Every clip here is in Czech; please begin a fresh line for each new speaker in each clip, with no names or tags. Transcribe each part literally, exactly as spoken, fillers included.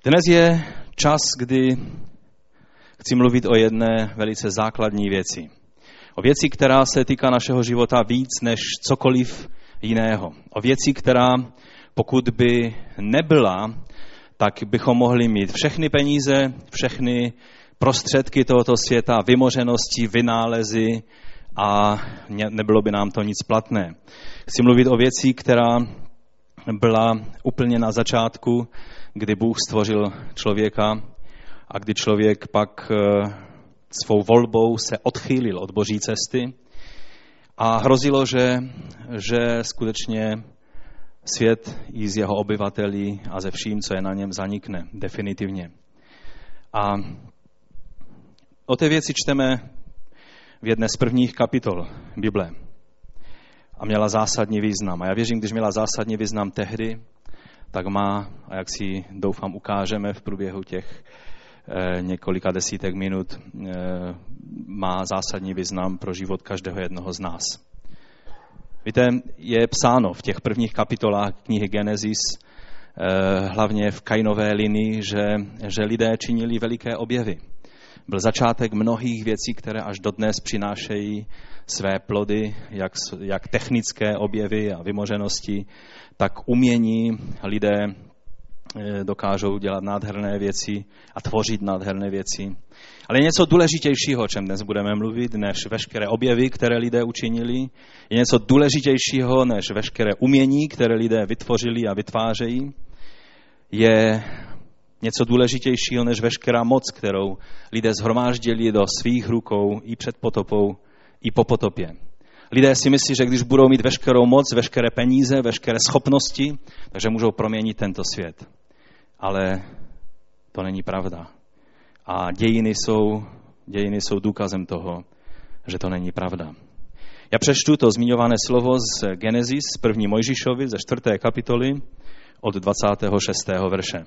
Dnes je čas, kdy chci mluvit o jedné velice základní věci. O věci, která se týká našeho života víc než cokoliv jiného. O věci, která pokud by nebyla, tak bychom mohli mít všechny peníze, všechny prostředky tohoto světa, vymoženosti, vynálezy a nebylo by nám to nic platné. Chci mluvit o věci, která byla úplně na začátku, kdy Bůh stvořil člověka a kdy člověk pak svou volbou se odchýlil od Boží cesty a hrozilo, že, že skutečně svět i z jeho obyvatelí a ze vším, co je na něm, zanikne definitivně. A o té věci čteme v jedné z prvních kapitol Bible. A měla zásadní význam. A já věřím, když měla zásadní význam tehdy, tak má, a jak si doufám ukážeme v průběhu těch eh, několika desítek minut, eh, má zásadní význam pro život každého jednoho z nás. Víte, je psáno v těch prvních kapitolách knihy Genesis, eh, hlavně v Kainové linii, že, že lidé činili veliké objevy. Byl začátek mnohých věcí, které až dodnes přinášejí své plody, jak, jak technické objevy a vymoženosti, tak umění. Lidé dokážou dělat nádherné věci a tvořit nádherné věci. Ale je něco důležitějšího, o čem dnes budeme mluvit, než veškeré objevy, které lidé učinili. Je něco důležitějšího, než veškeré umění, které lidé vytvořili a vytvářejí. Je něco důležitějšího, než veškerá moc, kterou lidé shromáždili do svých rukou i před potopou, i po potopě. Lidé si myslí, že když budou mít veškerou moc, veškeré peníze, veškeré schopnosti, takže můžou proměnit tento svět. Ale to není pravda. A dějiny jsou, dějiny jsou důkazem toho, že to není pravda. Já přečtu to zmiňované slovo z Genesis, první Mojžíšovi, ze čtvrté kapitoly, od dvacátého šestého verše.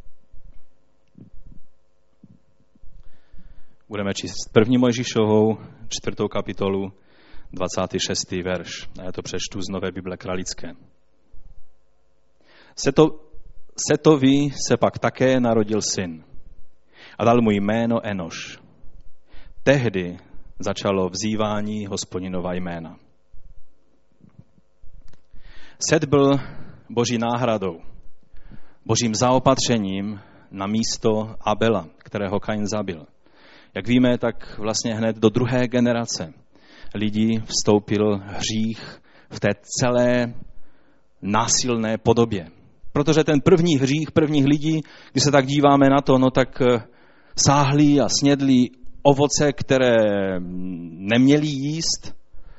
Budeme číst první Mojžíšovou, čtvrtou kapitolu, dvacátý šestý verš. A já to přečtu z Nové Bible Kralické. Seto, Setovi se pak také narodil syn a dal mu jméno Enoš. Tehdy začalo vzývání Hospodinova jména. Set byl Boží náhradou, Božím zaopatřením na místo Abela, kterého Kain zabil. Jak víme, tak vlastně hned do druhé generace lidí vstoupil hřích v té celé násilné podobě. Protože ten první hřích prvních lidí, když se tak díváme na to, no tak sáhli a snědli ovoce, které neměli jíst.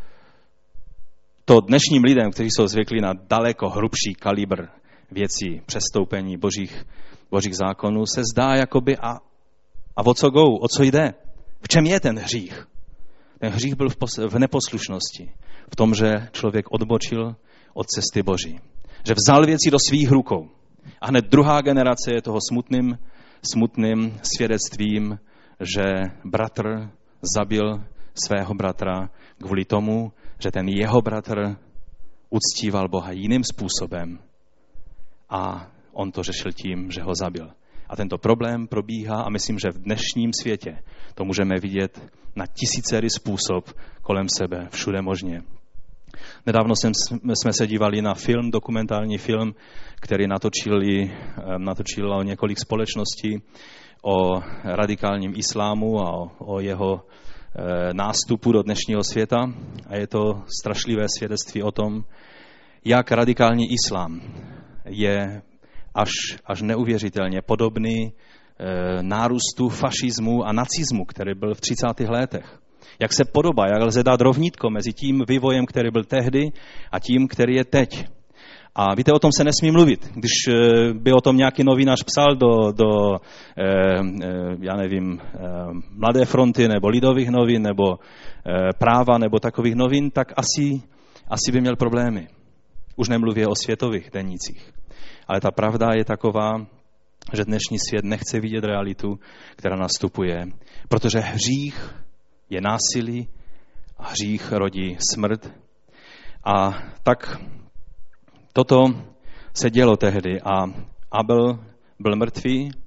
To dnešním lidem, kteří jsou zvyklí na daleko hrubší kalibr věcí, přestoupení božích, božích zákonů, se zdá jakoby a, a o co go, o co jde? V čem je ten hřích? Ten hřích byl v, pos- v neposlušnosti. V tom, že člověk odbočil od cesty Boží. Že vzal věci do svých rukou. A hned druhá generace je toho smutným, smutným svědectvím, že bratr zabil svého bratra kvůli tomu, že ten jeho bratr uctíval Boha jiným způsobem a on to řešil tím, že ho zabil. A tento problém probíhá a myslím, že v dnešním světě to můžeme vidět na tisícery způsob kolem sebe, všude možně. Nedávno jsem, jsme se dívali na film, dokumentární film, který natočili, natočilo několik společností o radikálním islámu a o, o jeho e, nástupu do dnešního světa. A je to strašlivé svědectví o tom, jak radikální islám je až, až neuvěřitelně podobný e, nárůstu fašismu a nacismu, který byl v třicátých letech. Jak se podobá, jak lze dát rovnítko mezi tím vývojem, který byl tehdy a tím, který je teď. A víte, o tom se nesmí mluvit. Když by o tom nějaký novinář psal do, do e, e, já nevím, e, Mladé fronty nebo Lidových novin nebo e, Práva nebo takových novin, tak asi, asi by měl problémy. Už nemluvě o světových denících. Ale ta pravda je taková, že dnešní svět nechce vidět realitu, která nastupuje, protože hřích je násilí a hřích rodí smrt. A tak toto se dělo tehdy a Abel byl mrtvý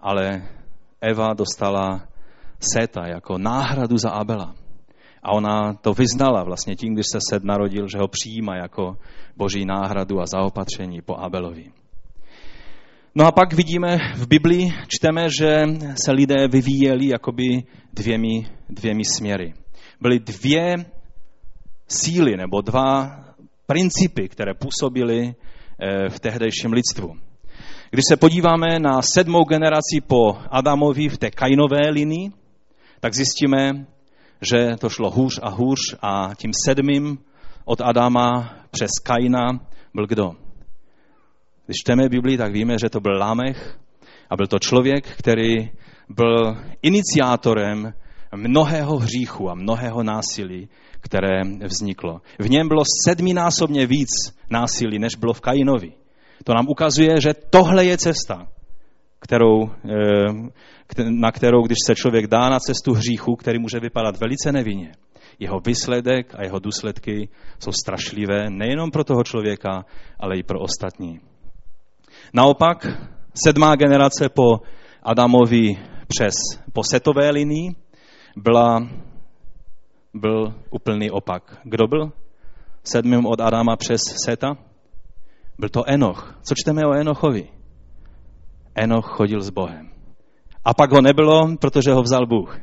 ale Eva dostala Séta jako náhradu za Abela. A ona to vyznala vlastně tím, když se Sét narodil, že ho přijímá jako boží náhradu a zaopatření po Abelovi. No a pak vidíme v Biblii, čteme, že se lidé vyvíjeli jakoby dvěmi, dvěmi směry. Byly dvě síly nebo dva principy, které působily v tehdejším lidstvu. Když se podíváme na sedmou generaci po Adamovi v té Kainové linii, tak zjistíme, že to šlo hůř a hůř a tím sedmým od Adama přes Kaina byl kdo? Když čteme Biblii, tak víme, že to byl Lámech a byl to člověk, který byl iniciátorem mnohého hříchu a mnohého násilí, které vzniklo. V něm bylo sedminásobně víc násilí, než bylo v Kainovi. To nám ukazuje, že tohle je cesta, kterou, na kterou, když se člověk dá na cestu hříchu, který může vypadat velice nevinně, jeho výsledek a jeho důsledky jsou strašlivé nejenom pro toho člověka, ale i pro ostatní. Naopak, sedmá generace po Adamovi přes po Setové linii byla, byl úplný opak. Kdo byl sedmým od Adama přes Seta? Byl to Enoch. Co čteme o Enochovi? Enoch chodil s Bohem. A pak ho nebylo, protože ho vzal Bůh.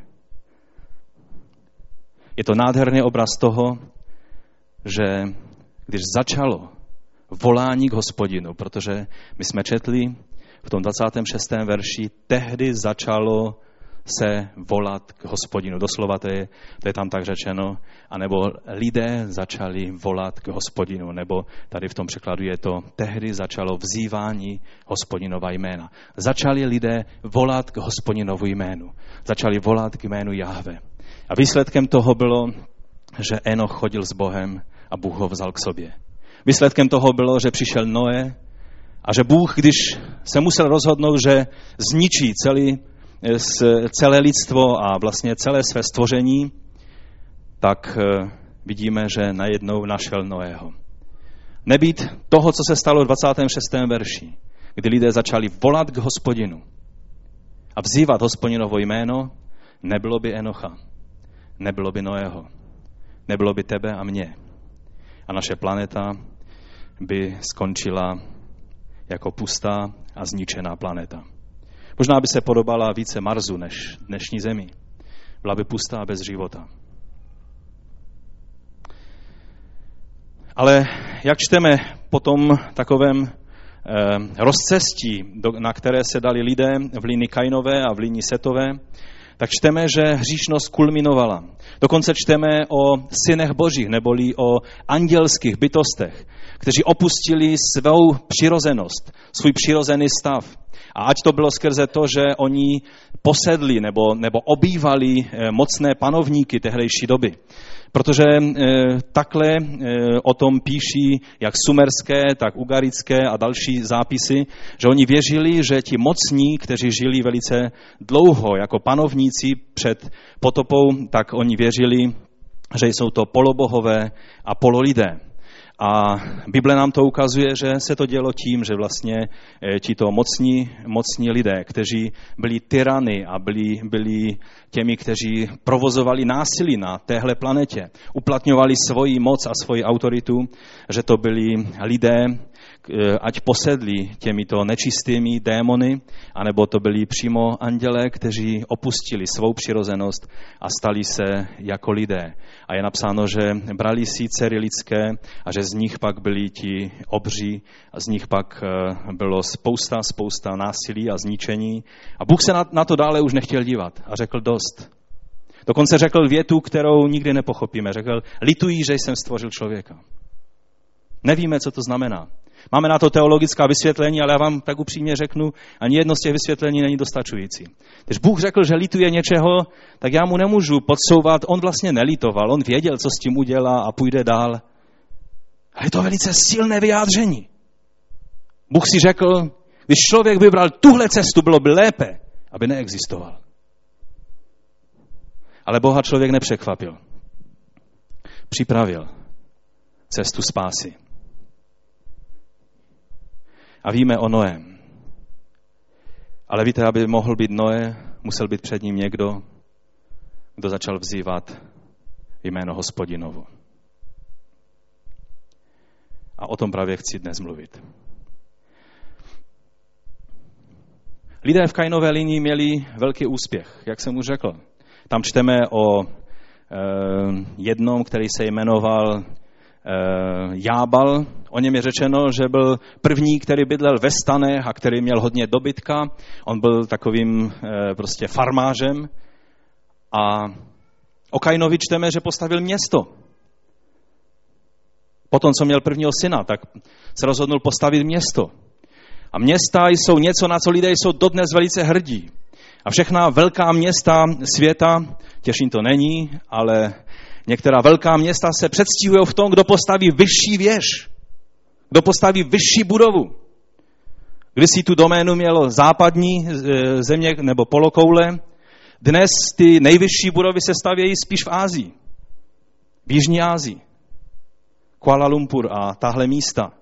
Je to nádherný obraz toho, že když začalo volání k Hospodinu, protože my jsme četli v tom dvacátém šestém verši, tehdy začalo se volat k Hospodinu. Doslova to je, to je tam tak řečeno. A nebo lidé začali volat k Hospodinu. Nebo tady v tom překladu je to, tehdy začalo vzývání Hospodinova jména. Začali lidé volat k Hospodinovu jménu. Začali volat k jménu Jahve. A výsledkem toho bylo, že Enoch chodil s Bohem a Bůh ho vzal k sobě. Výsledkem toho bylo, že přišel Noé a že Bůh, když se musel rozhodnout, že zničí celý celé lidstvo a vlastně celé své stvoření, tak vidíme, že najednou našel Noého. Nebýt toho, co se stalo v dvacátém šestém verši, kdy lidé začali volat k Hospodinu a vzývat Hospodinovo jméno, nebylo by Enocha, nebylo by Noého, nebylo by tebe a mě. A naše planeta by skončila jako pustá a zničená planeta. Možná by se podobala více Marsu než dnešní Zemi. Byla by pustá a bez života. Ale jak čteme po tom takovém eh, rozcestí, do, na které se dali lidé v linii Kainové a v linii Setové, tak čteme, že hříšnost kulminovala. Dokonce čteme o synech božích, neboli o andělských bytostech, kteří opustili svou přirozenost, svůj přirozený stav. A ať to bylo skrze to, že oni posedli nebo, nebo obývali mocné panovníky tehdejší doby. Protože e, takhle e, o tom píší jak sumerské, tak ugarické a další zápisy, že oni věřili, že ti mocní, kteří žili velice dlouho jako panovníci před potopou, tak oni věřili, že jsou to polobohové a pololidé. A Bible nám to ukazuje, že se to dělo tím, že vlastně tito mocní, mocní lidé, kteří byli tyrany a byli, byli těmi, kteří provozovali násilí na téhle planetě, uplatňovali svoji moc a svoji autoritu, že to byli lidé, ať posedli těmito nečistými démony, anebo to byli přímo andělé, kteří opustili svou přirozenost a stali se jako lidé. A je napsáno, že brali si dcery lidské a že z nich pak byli ti obří a z nich pak bylo spousta, spousta násilí a zničení. A Bůh se na, na to dále už nechtěl dívat a řekl dost. Dokonce řekl větu, kterou nikdy nepochopíme. Řekl, lituji, že jsem stvořil člověka. Nevíme, co to znamená. Máme na to teologická vysvětlení, ale já vám tak upřímně řeknu, ani jedno z těch vysvětlení není dostačující. Když Bůh řekl, že lituje něčeho, tak já mu nemůžu podsouvat, on vlastně nelitoval, on věděl, co s tím udělá a půjde dál. Ale je to velice silné vyjádření. Bůh si řekl, když člověk vybral tuhle cestu, bylo by lépe, aby neexistoval. Ale Boha člověk nepřekvapil. Připravil cestu spásy. A víme o Noém. Ale víte, aby mohl být Noé, musel být před ním někdo, kdo začal vzývat jméno Hospodinovo. A o tom právě chci dnes mluvit. Lidé v Kainové linii měli velký úspěch, jak jsem už řekl. Tam čteme o e, jednom, který se jmenoval e, Jábal. O něm je řečeno, že byl první, který bydlel ve stanech a který měl hodně dobytka. On byl takovým e, prostě farmářem. A o Kainovi čteme, že postavil město. Potom, co měl prvního syna, tak se rozhodnul postavit město. A města jsou něco, na co lidé jsou dodnes velice hrdí. A všechna velká města světa, těžím to není, ale některá velká města se předstihují v tom, kdo postaví vyšší věž, kdo postaví vyšší budovu. Kdysi tu doménu mělo západní země nebo polokoule, dnes ty nejvyšší budovy se stavějí spíš v Asii, v Jižní Asii, Kuala Lumpur a tahle místa.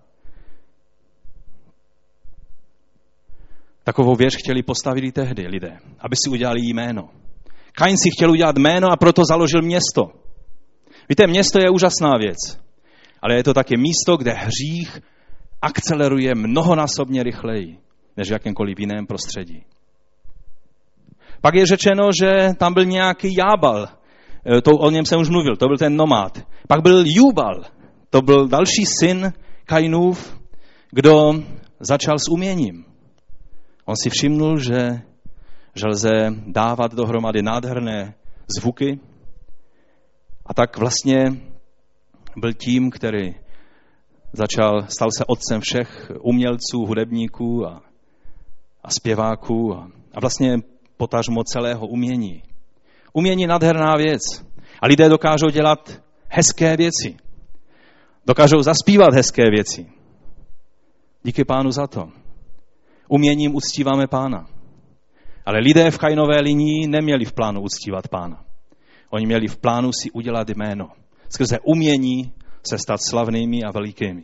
Takovou věž chtěli postavit i tehdy lidé, aby si udělali jméno. Kain si chtěl udělat jméno a proto založil město. Víte, město je úžasná věc, ale je to také místo, kde hřích akceleruje mnohonásobně rychleji, než v jakémkoliv jiném prostředí. Pak je řečeno, že tam byl nějaký Jábal, to, o něm jsem už mluvil, to byl ten nomád. Pak byl Júbal, to byl další syn Kainův, kdo začal s uměním. On si všimnul, že, že lze dávat dohromady nádherné zvuky a tak vlastně byl tím, který začal, stal se otcem všech umělců, hudebníků a, a zpěváků a, a vlastně potažmo celého umění. Umění je nádherná věc a lidé dokážou dělat hezké věci. Dokážou zaspívat hezké věci. Díky Pánu za to. Uměním uctíváme Pána. Ale lidé v Kainové linii neměli v plánu uctívat Pána. Oni měli v plánu si udělat jméno. Skrze umění se stát slavnými a velikými.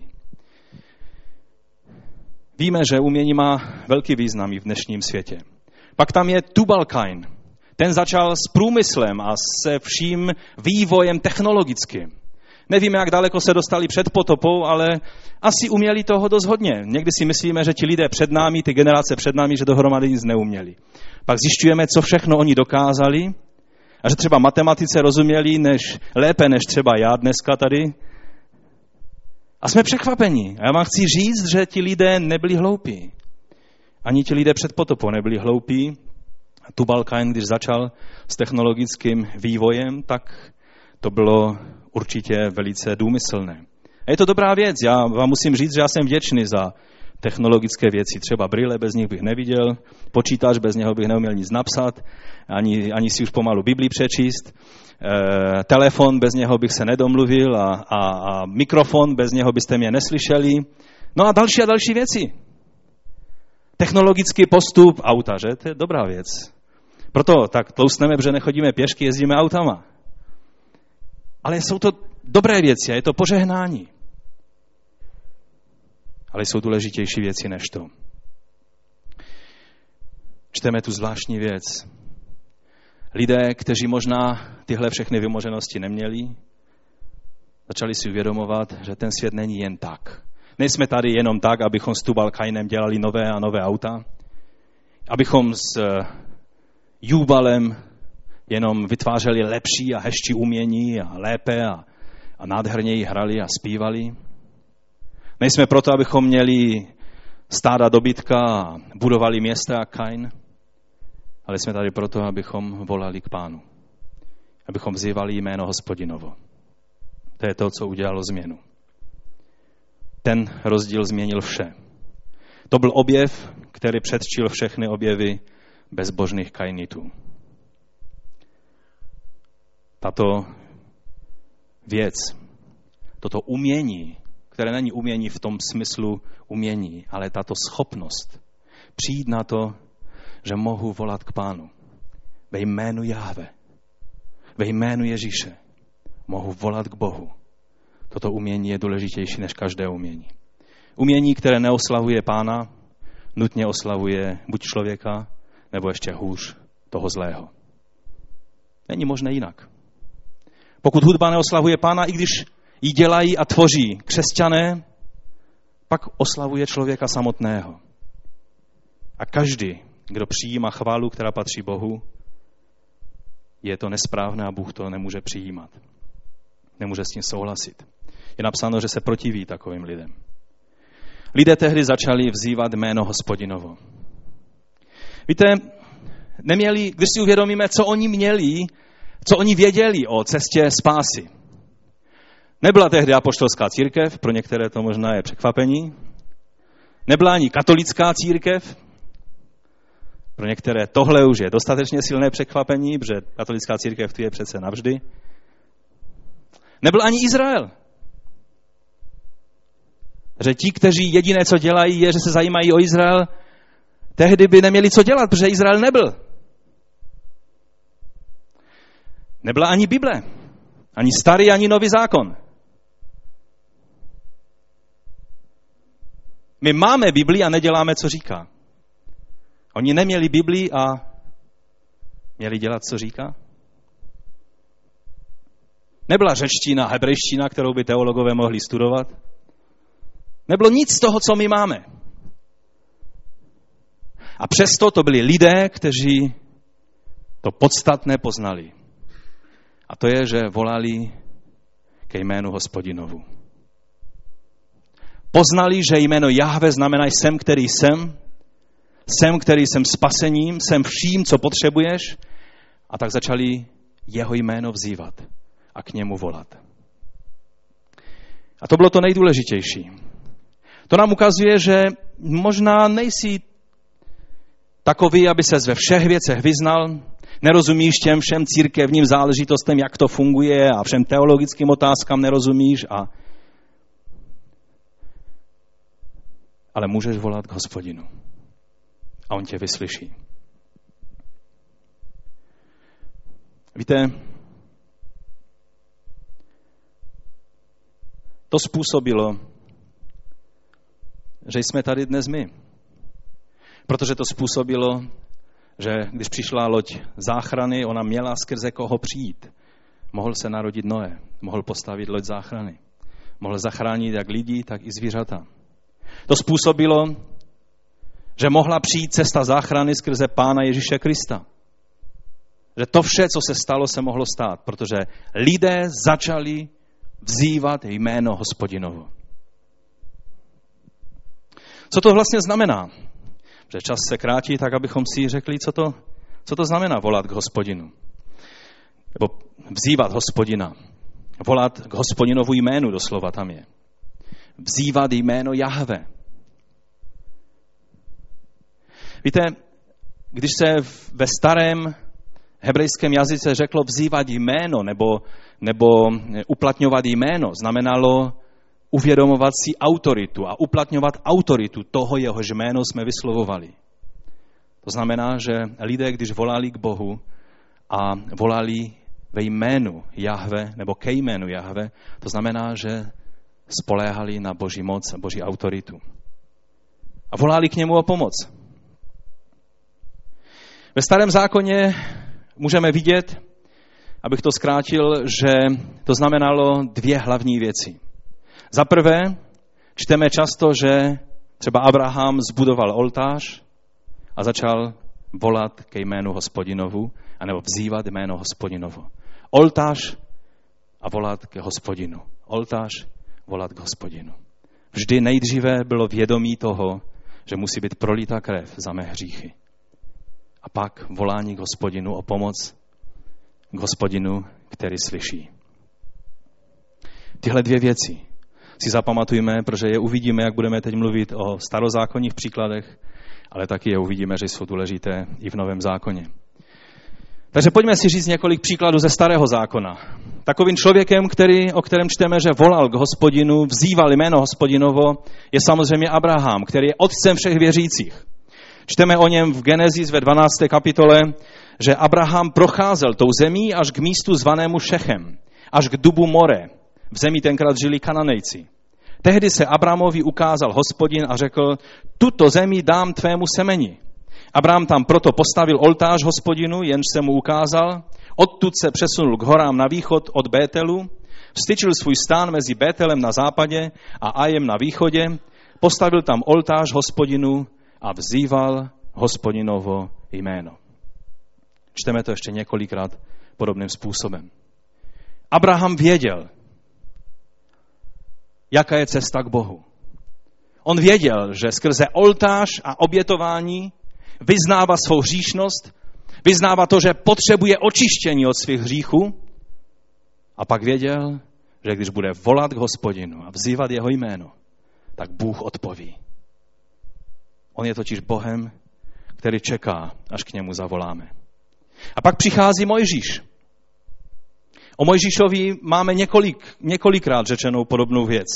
Víme, že umění má velký význam i v dnešním světě. Pak tam je Tubal Kain. Ten začal s průmyslem a se vším vývojem technologickým. Nevíme, jak daleko se dostali před potopou, ale asi uměli toho dost hodně. Někdy si myslíme, že ti lidé před námi, ty generace před námi, že dohromady nic neuměli. Pak zjišťujeme, co všechno oni dokázali a že třeba matematice rozuměli než, lépe než třeba já dneska tady. A jsme překvapeni. A já vám chci říct, že ti lidé nebyli hloupí. Ani ti lidé před potopou nebyli hloupí. Tubal Kain, když začal s technologickým vývojem, tak to bylo určitě velice důmyslné. A je to dobrá věc. Já vám musím říct, že já jsem vděčný za technologické věci. Třeba brýle, bez nich bych neviděl, počítač, bez něho bych neuměl nic napsat, ani, ani si už pomalu Biblii přečíst, e, telefon, bez něho bych se nedomluvil a, a, a mikrofon, bez něho byste mě neslyšeli. No a další a další věci. Technologický postup auta, že? To je dobrá věc. Proto tak tloustneme, protože nechodíme pěšky, jezdíme autama. Ale jsou to dobré věci a je to požehnání. Ale jsou důležitější věci než to. Čteme tu zvláštní věc. Lidé, kteří možná tyhle všechny vymoženosti neměli, začali si uvědomovat, že ten svět není jen tak. Nejsme tady jenom tak, abychom s Tubal Kainem dělali nové a nové auta, abychom s Júbalem jenom vytvářeli lepší a hezčí umění a lépe a, a nádherněji hrali a zpívali. Nejsme proto, abychom měli stáda dobytka a budovali města a Kain, ale jsme tady proto, abychom volali k Pánu. Abychom vzývali jméno Hospodinovo. To je to, co udělalo změnu. Ten rozdíl změnil vše. To byl objev, který předčil všechny objevy bezbožných kainitů. Tato věc, toto umění, které není umění v tom smyslu umění, ale tato schopnost přijít na to, že mohu volat k Pánu. Ve jménu Jahve, ve jménu Ježíše mohu volat k Bohu. Toto umění je důležitější než každé umění. Umění, které neoslavuje Pána, nutně oslavuje buď člověka, nebo ještě hůř toho zlého. Není možné jinak. Pokud hudba neoslavuje Pána, i když ji dělají a tvoří křesťané, pak oslavuje člověka samotného. A každý, kdo přijímá chválu, která patří Bohu, je to nesprávné a Bůh to nemůže přijímat. Nemůže s tím souhlasit. Je napsáno, že se protiví takovým lidem. Lidé tehdy začali vzývat jméno Hospodinovo. Víte, neměli, když si uvědomíme, co oni měli, co oni věděli o cestě spásy. Nebyla tehdy apoštolská církev, pro některé to možná je překvapení. Nebyla ani katolická církev, pro některé tohle už je dostatečně silné překvapení, protože katolická církev tu je přece navždy. Nebyl ani Izrael. Že ti, kteří jediné, co dělají, je, že se zajímají o Izrael, tehdy by neměli co dělat, protože Izrael nebyl. Nebyla ani Bible, ani starý, ani nový zákon. My máme Bibli a neděláme, co říká. Oni neměli Bibli a měli dělat, co říká. Nebyla řečtina, hebrejština, kterou by teologové mohli studovat. Nebylo nic z toho, co my máme. A přesto to byli lidé, kteří to podstatné poznali. A to je, že volali ke jménu Hospodinovu. Poznali, že jméno Jahve znamená jsem, který jsem, jsem, který jsem spasením, jsem vším, co potřebuješ, a tak začali jeho jméno vzývat a k němu volat. A to bylo to nejdůležitější. To nám ukazuje, že možná nejsi takový, aby ses ve všech věcech vyznal, nerozumíš těm všem církevním záležitostem, jak to funguje, a všem teologickým otázkám nerozumíš, a ale můžeš volat k Hospodinu. A on tě vyslyší. Víte, to způsobilo, že jsme tady dnes my. Protože to způsobilo, že když přišla loď záchrany, ona měla skrze koho přijít. Mohl se narodit Noé, mohl postavit loď záchrany. Mohl zachránit jak lidi, tak i zvířata. To způsobilo, že mohla přijít cesta záchrany skrze Pána Ježíše Krista. Že to vše, co se stalo, se mohlo stát, protože lidé začali vzývat jméno Hospodinovo. Co to vlastně znamená? Že čas se krátí, tak abychom si řekli, co to, co to znamená volat k Hospodinu. Nebo vzývat Hospodina. Volat k Hospodinovu jménu, doslova tam je. Vzývat jméno Jahve. Víte, když se ve starém hebrejském jazyce řeklo vzývat jméno nebo, nebo uplatňovat jméno, znamenalo uvědomovat si autoritu a uplatňovat autoritu toho, jehož jméno jsme vyslovovali. To znamená, že lidé, když volali k Bohu a volali ve jménu Jahve nebo ke jménu Jahve, to znamená, že spoléhali na Boží moc a Boží autoritu. A volali k němu o pomoc. Ve Starém zákoně můžeme vidět, abych to zkrátil, že to znamenalo dvě hlavní věci. Za prvé, čteme často, že třeba Abraham zbudoval oltář a začal volat ke jménu Hospodinovu, anebo vzývat jméno Hospodinovo. Oltář a volat ke Hospodinu. Oltář, volat k Hospodinu. Vždy nejdříve bylo vědomí toho, že musí být prolita krev za mé hříchy. A pak volání k Hospodinu o pomoc, k Hospodinu, který slyší. Tyhle dvě věci si zapamatujme, protože je uvidíme, jak budeme teď mluvit o starozákonních příkladech, ale taky je uvidíme, že jsou důležité i v Novém zákoně. Takže pojďme si říct několik příkladů ze Starého zákona. Takovým člověkem, který, o kterém čteme, že volal k Hospodinu, vzýval jméno Hospodinovo, je samozřejmě Abraham, který je otcem všech věřících. Čteme o něm v Genesis ve dvanácté kapitole, že Abraham procházel tou zemí až k místu zvanému Šechem, až k dubu More. V zemi tenkrát žili Kananejci. Tehdy se Abramovi ukázal Hospodin a řekl, tuto zemi dám tvému semeni. Abrám tam proto postavil oltář Hospodinu, jenž se mu ukázal. Odtud se přesunul k horám na východ od Bételu, vstyčil svůj stán mezi Bételem na západě a Ajem na východě, postavil tam oltář Hospodinu a vzýval Hospodinovo jméno. Čteme to ještě několikrát podobným způsobem. Abraham věděl, jaká je cesta k Bohu. On věděl, že skrze oltář a obětování vyznává svou hříšnost, vyznává to, že potřebuje očištění od svých hříchů, a pak věděl, že když bude volat k Hospodinu a vzývat jeho jméno, tak Bůh odpoví. On je totiž Bohem, který čeká, až k němu zavoláme. A pak přichází Mojžíš. O Mojžíšovi máme několik, několikrát řečenou podobnou věc.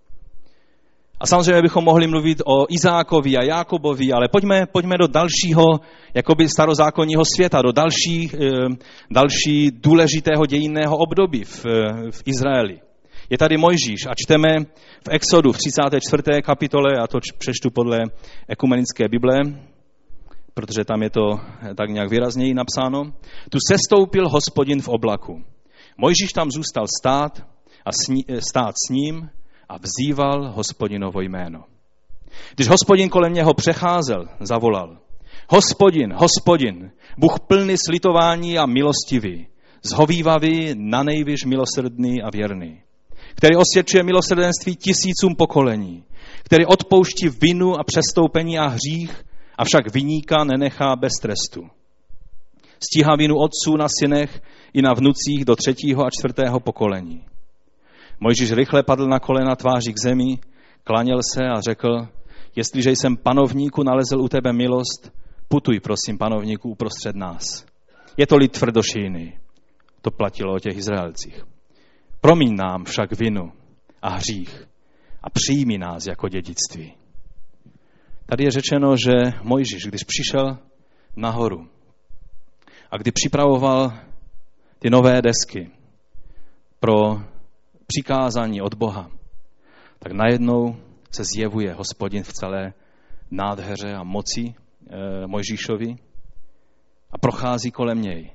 A samozřejmě bychom mohli mluvit o Izákovi a Jákobovi, ale pojďme, pojďme do dalšího jakoby starozákonního světa, do další, další důležitého dějinného období v, v Izraeli. Je tady Mojžíš a čteme v Exodu v třicáté čtvrté kapitole, a to přečtu podle ekumenické Bible, protože tam je to tak nějak výrazněji napsáno. Tu sestoupil Hospodin v oblaku. Mojžíš tam zůstal stát a sní, stát s ním a vzýval Hospodinovo jméno. Když Hospodin kolem něho přecházel, zavolal. Hospodin, Hospodin, Bůh plný slitování a milostivý, zhovívavý, nanejvyš milosrdný a věrný, který osvědčuje milosrdenství tisícům pokolení, který odpouští vinu a přestoupení a hřích, avšak viníka nenechá bez trestu. Stíhá vinu otců na synech i na vnucích do třetího a čtvrtého pokolení. Mojžíš rychle padl na kolena tváří k zemi, klaněl se a řekl, jestliže jsem panovníku nalezl u tebe milost, putuj prosím panovníku uprostřed nás. Je to lid tvrdošíjný. To platilo o těch Izraelcích. Promiň nám však vinu a hřích a přijmi nás jako dědictví. Tady je řečeno, že Mojžíš, když přišel nahoru a kdy připravoval ty nové desky pro přikázání od Boha, tak najednou se zjevuje Hospodin v celé nádheře a moci e, Mojžíšovi a prochází kolem něj.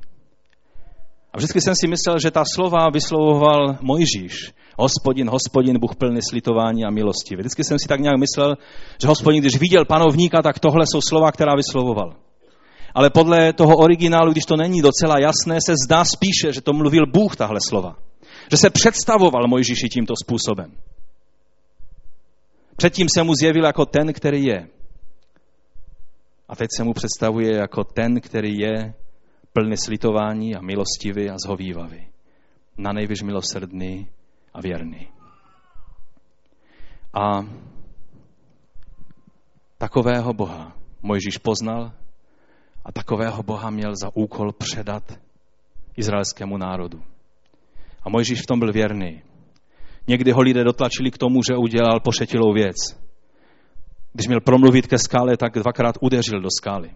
A vždycky jsem si myslel, že ta slova vyslovoval Mojžíš. Hospodin, Hospodin, Bůh plný slitování a milosti. Vždycky jsem si tak nějak myslel, že Hospodin, když viděl panovníka, tak tohle jsou slova, která vyslovoval. Ale podle toho originálu, když to není docela jasné, se zdá spíše, že to mluvil Bůh tahle slova. Že se představoval Mojžíši tímto způsobem. Předtím se mu zjevil jako ten, který je. A teď se mu představuje jako ten, který je plný slitování a milostivý a zhovívavý. Nanejvyš milosrdný a věrný. A takového Boha Mojžíš poznal a takového Boha měl za úkol předat izraelskému národu. A Mojžíš v tom byl věrný. Někdy ho lidé dotlačili k tomu, že udělal pošetilou věc. Když měl promluvit ke skále, tak dvakrát udeřil do skály.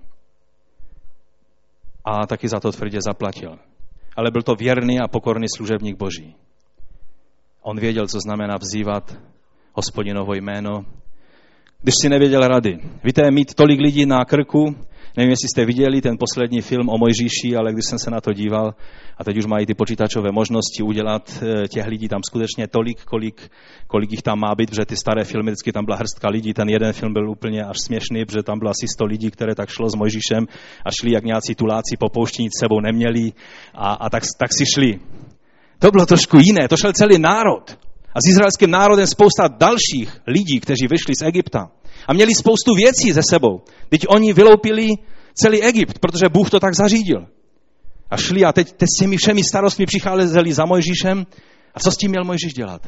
A taky za to tvrdě zaplatil. Ale byl to věrný a pokorný služebník Boží. On věděl, co znamená vzývat Hospodinovo jméno, když si nevěděl rady. Víte, mít tolik lidí na krku, nevím, jestli jste viděli ten poslední film o Mojžíši, ale když jsem se na to díval, a teď už mají ty počítačové možnosti udělat těch lidí tam skutečně tolik, kolik, kolik jich tam má být, protože ty staré filmy, vždycky tam byla hrstka lidí, ten jeden film byl úplně až směšný, protože tam bylo asi sto lidí, které tak šlo s Mojžíšem a šli jak nějací tuláci po poušti, nic sebou neměli a, a tak, tak si šli. To bylo trošku jiné, to šel celý národ. A s izraelským národem spousta dalších lidí, kteří vyšli z Egypta. A měli spoustu věcí ze sebou. Teď oni vyloupili celý Egypt, protože Bůh to tak zařídil. A šli a teď, teď s těmi všemi starostmi přicházeli za Mojžíšem. A co s tím měl Mojžíš dělat?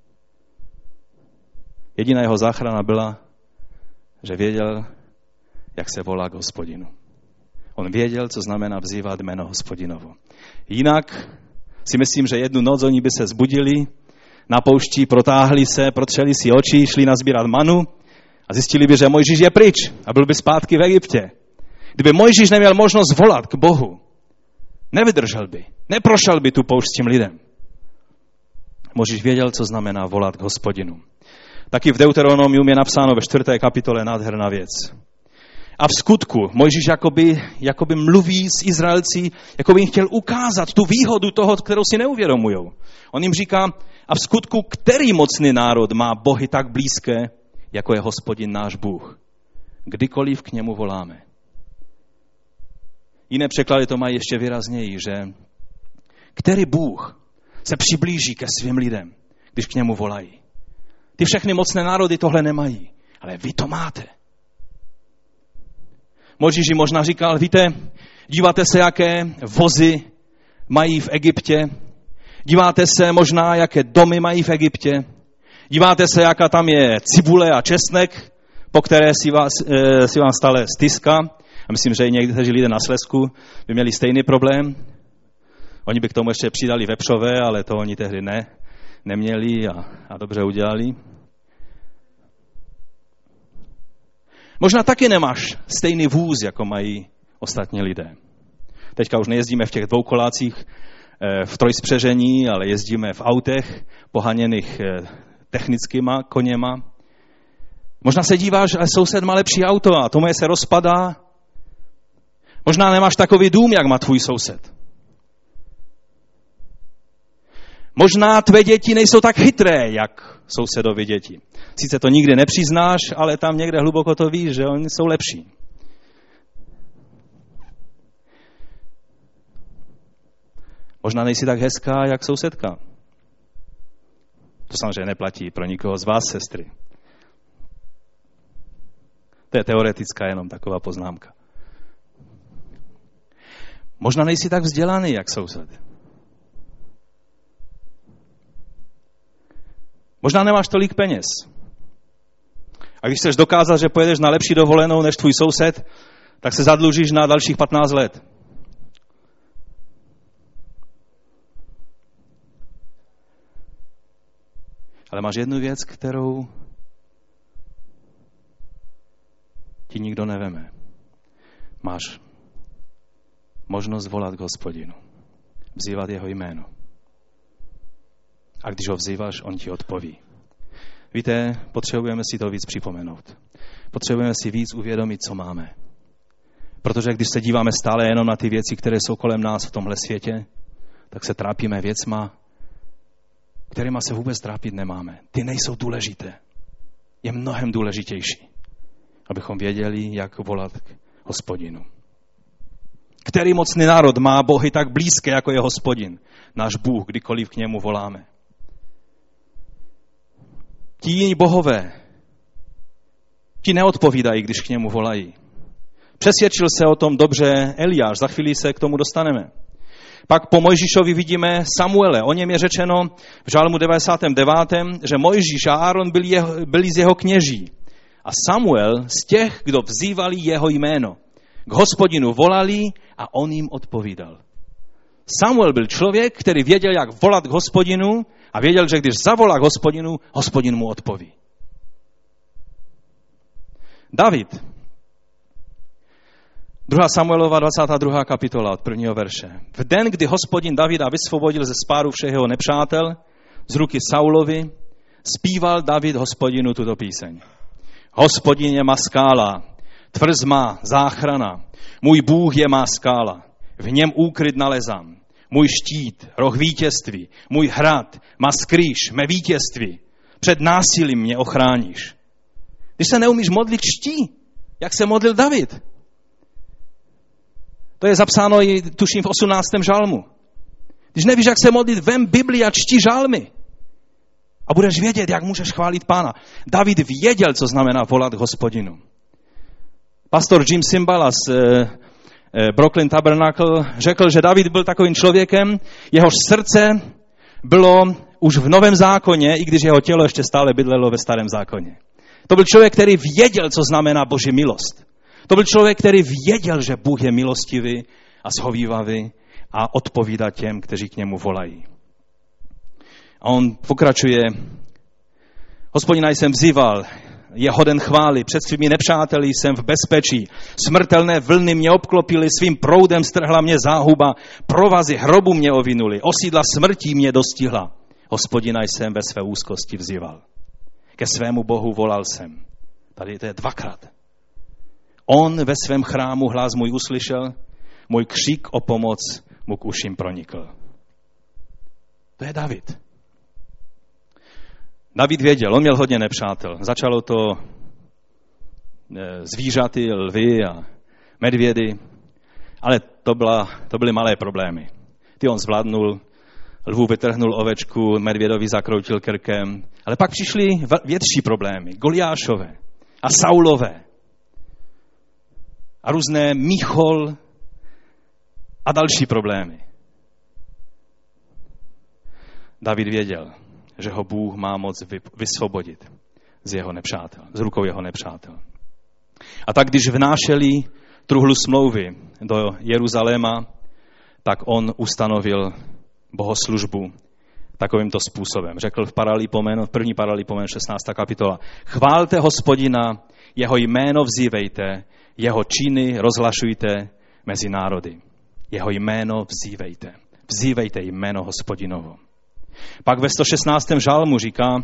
Jediná jeho záchrana byla, že věděl, jak se volá k Hospodinu. On věděl, co znamená vzývat jméno Hospodinovo. Jinak si myslím, že jednu noc oni by se zbudili, na poušti protáhli se, protřeli si oči, šli nazbírat manu a zjistili by, že Mojžíš je pryč a byl by zpátky v Egyptě. Kdyby Mojžíš neměl možnost volat k Bohu, nevydržel by, neprošel by tu poušť s tím lidem. Mojžíš věděl, co znamená volat k Hospodinu. Taky v Deuteronomium je napsáno ve čtvrté kapitole nádherná věc. A v skutku Mojžíš jakoby, jakoby mluví s Izraelci, jakoby jim chtěl ukázat tu výhodu toho, kterou si neuvědomujou. On jim říká, a v skutku, který mocný národ má bohy tak blízké, jako je Hospodin náš Bůh. Kdykoliv k němu voláme. Jiné překlady to mají ještě výrazněji, že který Bůh se přiblíží ke svým lidem, když k němu volají. Ty všechny mocné národy tohle nemají, ale vy to máte. Mojžíš jim možná říkal, víte, díváte se, jaké vozy mají v Egyptě, díváte se možná, jaké domy mají v Egyptě, díváte se, jaká tam je cibule a česnek, po které si, vás, e, si vám stále styská. A myslím, že i někteří lidé na Slezsku by měli stejný problém. Oni by k tomu ještě přidali vepřové, ale to oni tehdy ne, neměli a, a dobře udělali. Možná taky nemáš stejný vůz, jako mají ostatní lidé. Teďka už nejezdíme v těch dvoukolácích v trojspřežení, ale jezdíme v autech pohaněných technickýma koněma. Možná se díváš, ale soused má lepší auto a to moje se rozpadá. Možná nemáš takový dům, jak má tvůj soused. Možná tvé děti nejsou tak chytré, jak sousedovi děti. Sice to nikdy nepřiznáš, ale tam někde hluboko to víš, že oni jsou lepší. Možná nejsi tak hezká, jak sousedka. To samozřejmě neplatí pro nikoho z vás, sestry. To je teoretická jenom taková poznámka. Možná nejsi tak vzdělaný, jak soused. Možná nemáš tolik peněz. A když chceš dokázat, že pojedeš na lepší dovolenou než tvůj soused, tak se zadlužíš na dalších patnáct let. Ale máš jednu věc, kterou ti nikdo neveme. Máš možnost volat k Hospodinu. Vzývat jeho jméno. A když ho vzýváš, on ti odpoví. Víte, potřebujeme si to víc připomenout. Potřebujeme si víc uvědomit, co máme. Protože když se díváme stále jenom na ty věci, které jsou kolem nás v tomhle světě, tak se trápíme věcma, kterýma se vůbec trápit nemáme. Ty nejsou důležité. Je mnohem důležitější, abychom věděli, jak volat k Hospodinu. Který mocný národ má bohy tak blízké, jako je Hospodin, náš Bůh, kdykoliv k němu voláme. Ti jiní bohové ti neodpovídají, když k němu volají. Přesvědčil se o tom dobře Eliáš, za chvíli se k tomu dostaneme. Pak po Mojžíšovi vidíme Samuele. O něm je řečeno v Žalmu devadesátém devátém že Mojžíš a Áron byli, jeho, byli z jeho kněží. A Samuel z těch, kdo vzývali jeho jméno. K Hospodinu volali a on jim odpovídal. Samuel byl člověk, který věděl, jak volat k Hospodinu a věděl, že když zavolá k Hospodinu, Hospodin mu odpoví. David. druhá Samuelova dvacátá druhá kapitola od prvního verše. V den, kdy Hospodin Davida vysvobodil ze spáru všech jeho nepřátel, z ruky Saulovi, zpíval David Hospodinu tuto píseň. Hospodin je má skála, tvrz má záchrana, můj Bůh je má skála, v něm úkryt nalezám, můj štít, roh vítězství, můj hrad, má skrýš, mé vítězství, před násilím mě ochráníš. Když se neumíš modlit, čtí, jak se modlil David. To je zapsáno i, tuším, v osmnáctém žalmu. Když nevíš, jak se modlit, vem Bibli a čti žalmy. A budeš vědět, jak můžeš chválit Pána. David věděl, co znamená volat Hospodinu. Pastor Jim Cymbala z eh, Brooklyn Tabernacle řekl, že David byl takovým člověkem, jehož srdce bylo už v Novém zákoně, i když jeho tělo ještě stále bydlelo ve Starém zákoně. To byl člověk, který věděl, co znamená Boží milost. To byl člověk, který věděl, že Bůh je milostivý a shovívavý a odpovídá těm, kteří k němu volají. A on pokračuje. Hospodina jsem vzýval, je hoden chvály, před svými nepřáteli jsem v bezpečí. Smrtelné vlny mě obklopily, svým proudem strhla mě záhuba, provazy hrobu mě ovinuli, osídla smrtí mě dostihla. Hospodina jsem ve své úzkosti vzýval. Ke svému Bohu volal jsem. Tady to je dvakrát. On ve svém chrámu hlas můj uslyšel, můj křik o pomoc mu k uším pronikl. To je David. David věděl, on měl hodně nepřátel. Začalo to zvířaty, lvy a medvědy, ale to, byla, to byly malé problémy. Ty on zvládnul, lvu vytrhnul ovečku, medvědovi zakroutil krkem, ale pak přišly větší problémy, Goliášové a Saulové a různé Míchol a další problémy. David věděl, že ho Bůh má moc vysvobodit z jeho nepřátel, z rukou jeho nepřátel. A tak, když vnášeli truhlu smlouvy do Jeruzaléma, tak on ustanovil bohoslužbu takovýmto způsobem. Řekl v Paralipomen, v první Paralipomen, šestnáctá kapitola. Chválte Hospodina, jeho jméno vzívejte, jeho činy rozhlašujte mezi národy. Jeho jméno vzívejte. Vzívejte jméno Hospodinovo. Pak ve sto šestnáctém žalmu říká,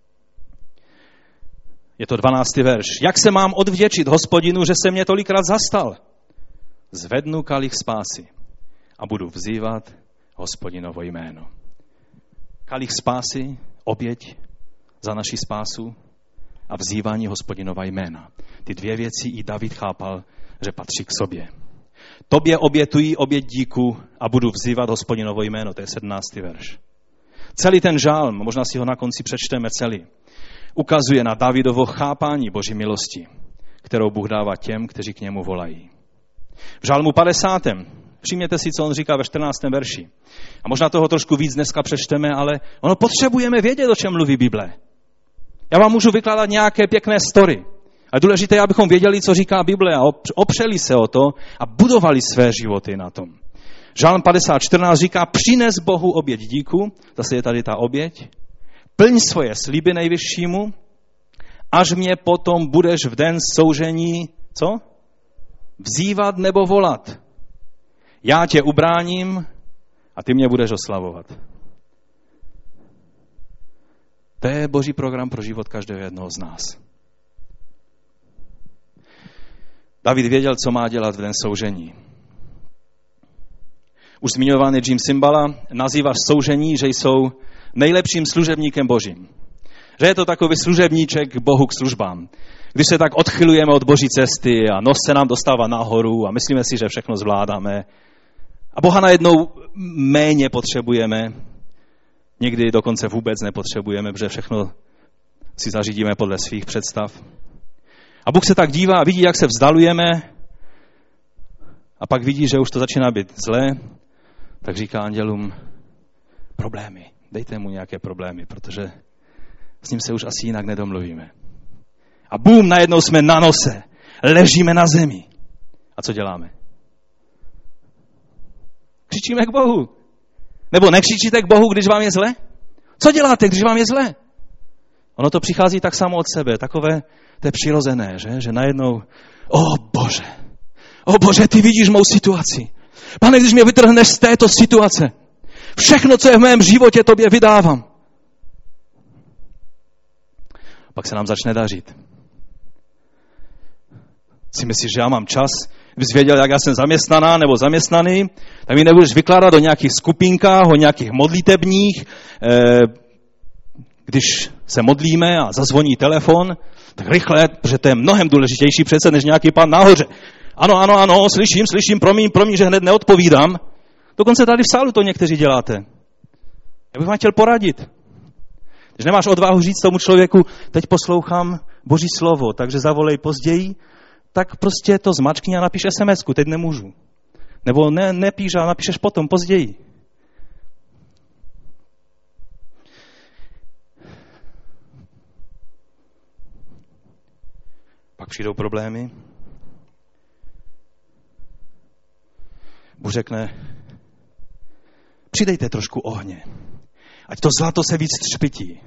je to dvanáctý verš, jak se mám odvděčit Hospodinu, že se mě tolikrát zastal? Zvednu kalich spásy a budu vzývat Hospodinovo jméno. Kalich spásy, oběť za naši spásu a vzývání Hospodinova jména. Ty dvě věci i David chápal, že patří k sobě. Tobě obětují oběť díku a budu vzývat Hospodinovo jméno. To je sedmnáctý verš. Celý ten žálm, možná si ho na konci přečteme celý, ukazuje na Davidovo chápání Boží milosti, kterou Bůh dává těm, kteří k němu volají. V žálmu padesátém Všimněte si, co on říká ve čtrnáctém verši. A možná toho trošku víc dneska přečteme, ale ono potřebujeme vědět, o čem mluví Bible. Já vám můžu vykládat nějaké pěkné story. A důležité je, abychom věděli, co říká Bible a opřeli se o to a budovali své životy na tom. Žálm padesát čtrnáct říká, přines Bohu oběť díku, zase je tady ta oběť, plň svoje sliby nejvyššímu, až mě potom budeš v den soužení, co? Vzývat nebo volat. Já tě ubráním a ty mě budeš oslavovat. To je Boží program pro život každého jednoho z nás. David věděl, co má dělat v den soužení. Už zmiňovaný Jim Cymbala nazývá soužení, že jsou nejlepším služebníkem Božím. Že je to takový služebníček Bohu k službám. Když se tak odchylujeme od Boží cesty a nos se nám dostává nahoru a myslíme si, že všechno zvládáme. A Boha najednou méně potřebujeme, někdy dokonce vůbec nepotřebujeme, protože všechno si zařídíme podle svých představ. A Bůh se tak dívá a vidí, jak se vzdalujeme a pak vidí, že už to začíná být zlé, tak říká andělům, problémy, dejte mu nějaké problémy, protože s ním se už asi jinak nedomluvíme. A bum, najednou jsme na nose, ležíme na zemi. A co děláme? Křičíme k Bohu. Nebo nekřičíte k Bohu, když vám je zle? Co děláte, když vám je zle? Ono to přichází tak samo od sebe, takové, to je přirozené, že? Že najednou, o Bože, o Bože, ty vidíš mou situaci. Pane, když mě vytrhneš z této situace, všechno, co je v mém životě, tobě vydávám. Pak se nám začne dařit. Si myslíš, že já mám čas, kdybys věděl, jak já jsem zaměstnaná nebo zaměstnaný, tak mi nebudeš vykládat o nějakých skupinkách, o nějakých modlitebních. Když se modlíme a zazvoní telefon, tak rychle, protože to je mnohem důležitější přece, než nějaký pán nahoře. Ano, ano, ano, slyším, slyším, promiň, promiň, že hned neodpovídám. Dokonce tady v sálu to někteří děláte. Já bych vám chtěl poradit. Když nemáš odvahu říct tomu člověku, teď poslouchám Boží slovo, takže zavolej později, tak prostě to zmačkni a napiš es em esku, teď nemůžu. Nebo ne, nepíš a napíšeš potom, později. Pak přijdou problémy. Bůh řekne, přidejte trošku ohně, ať to zlato se víc třpití.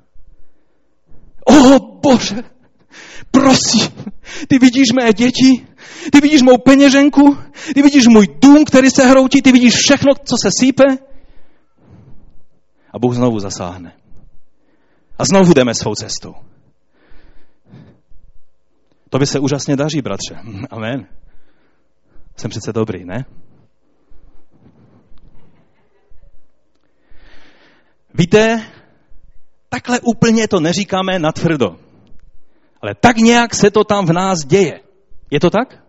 O Bože, prosím, ty vidíš mé děti, ty vidíš mou peněženku, ty vidíš můj dům, který se hroutí, ty vidíš všechno, co se sípe. A Bůh znovu zasáhne. A znovu jdeme svou cestou. To by se úžasně daří, bratře. Amen. Jsem přece dobrý, ne? Víte, takhle úplně to neříkáme natvrdo. Ale tak nějak se to tam v nás děje. Je to tak?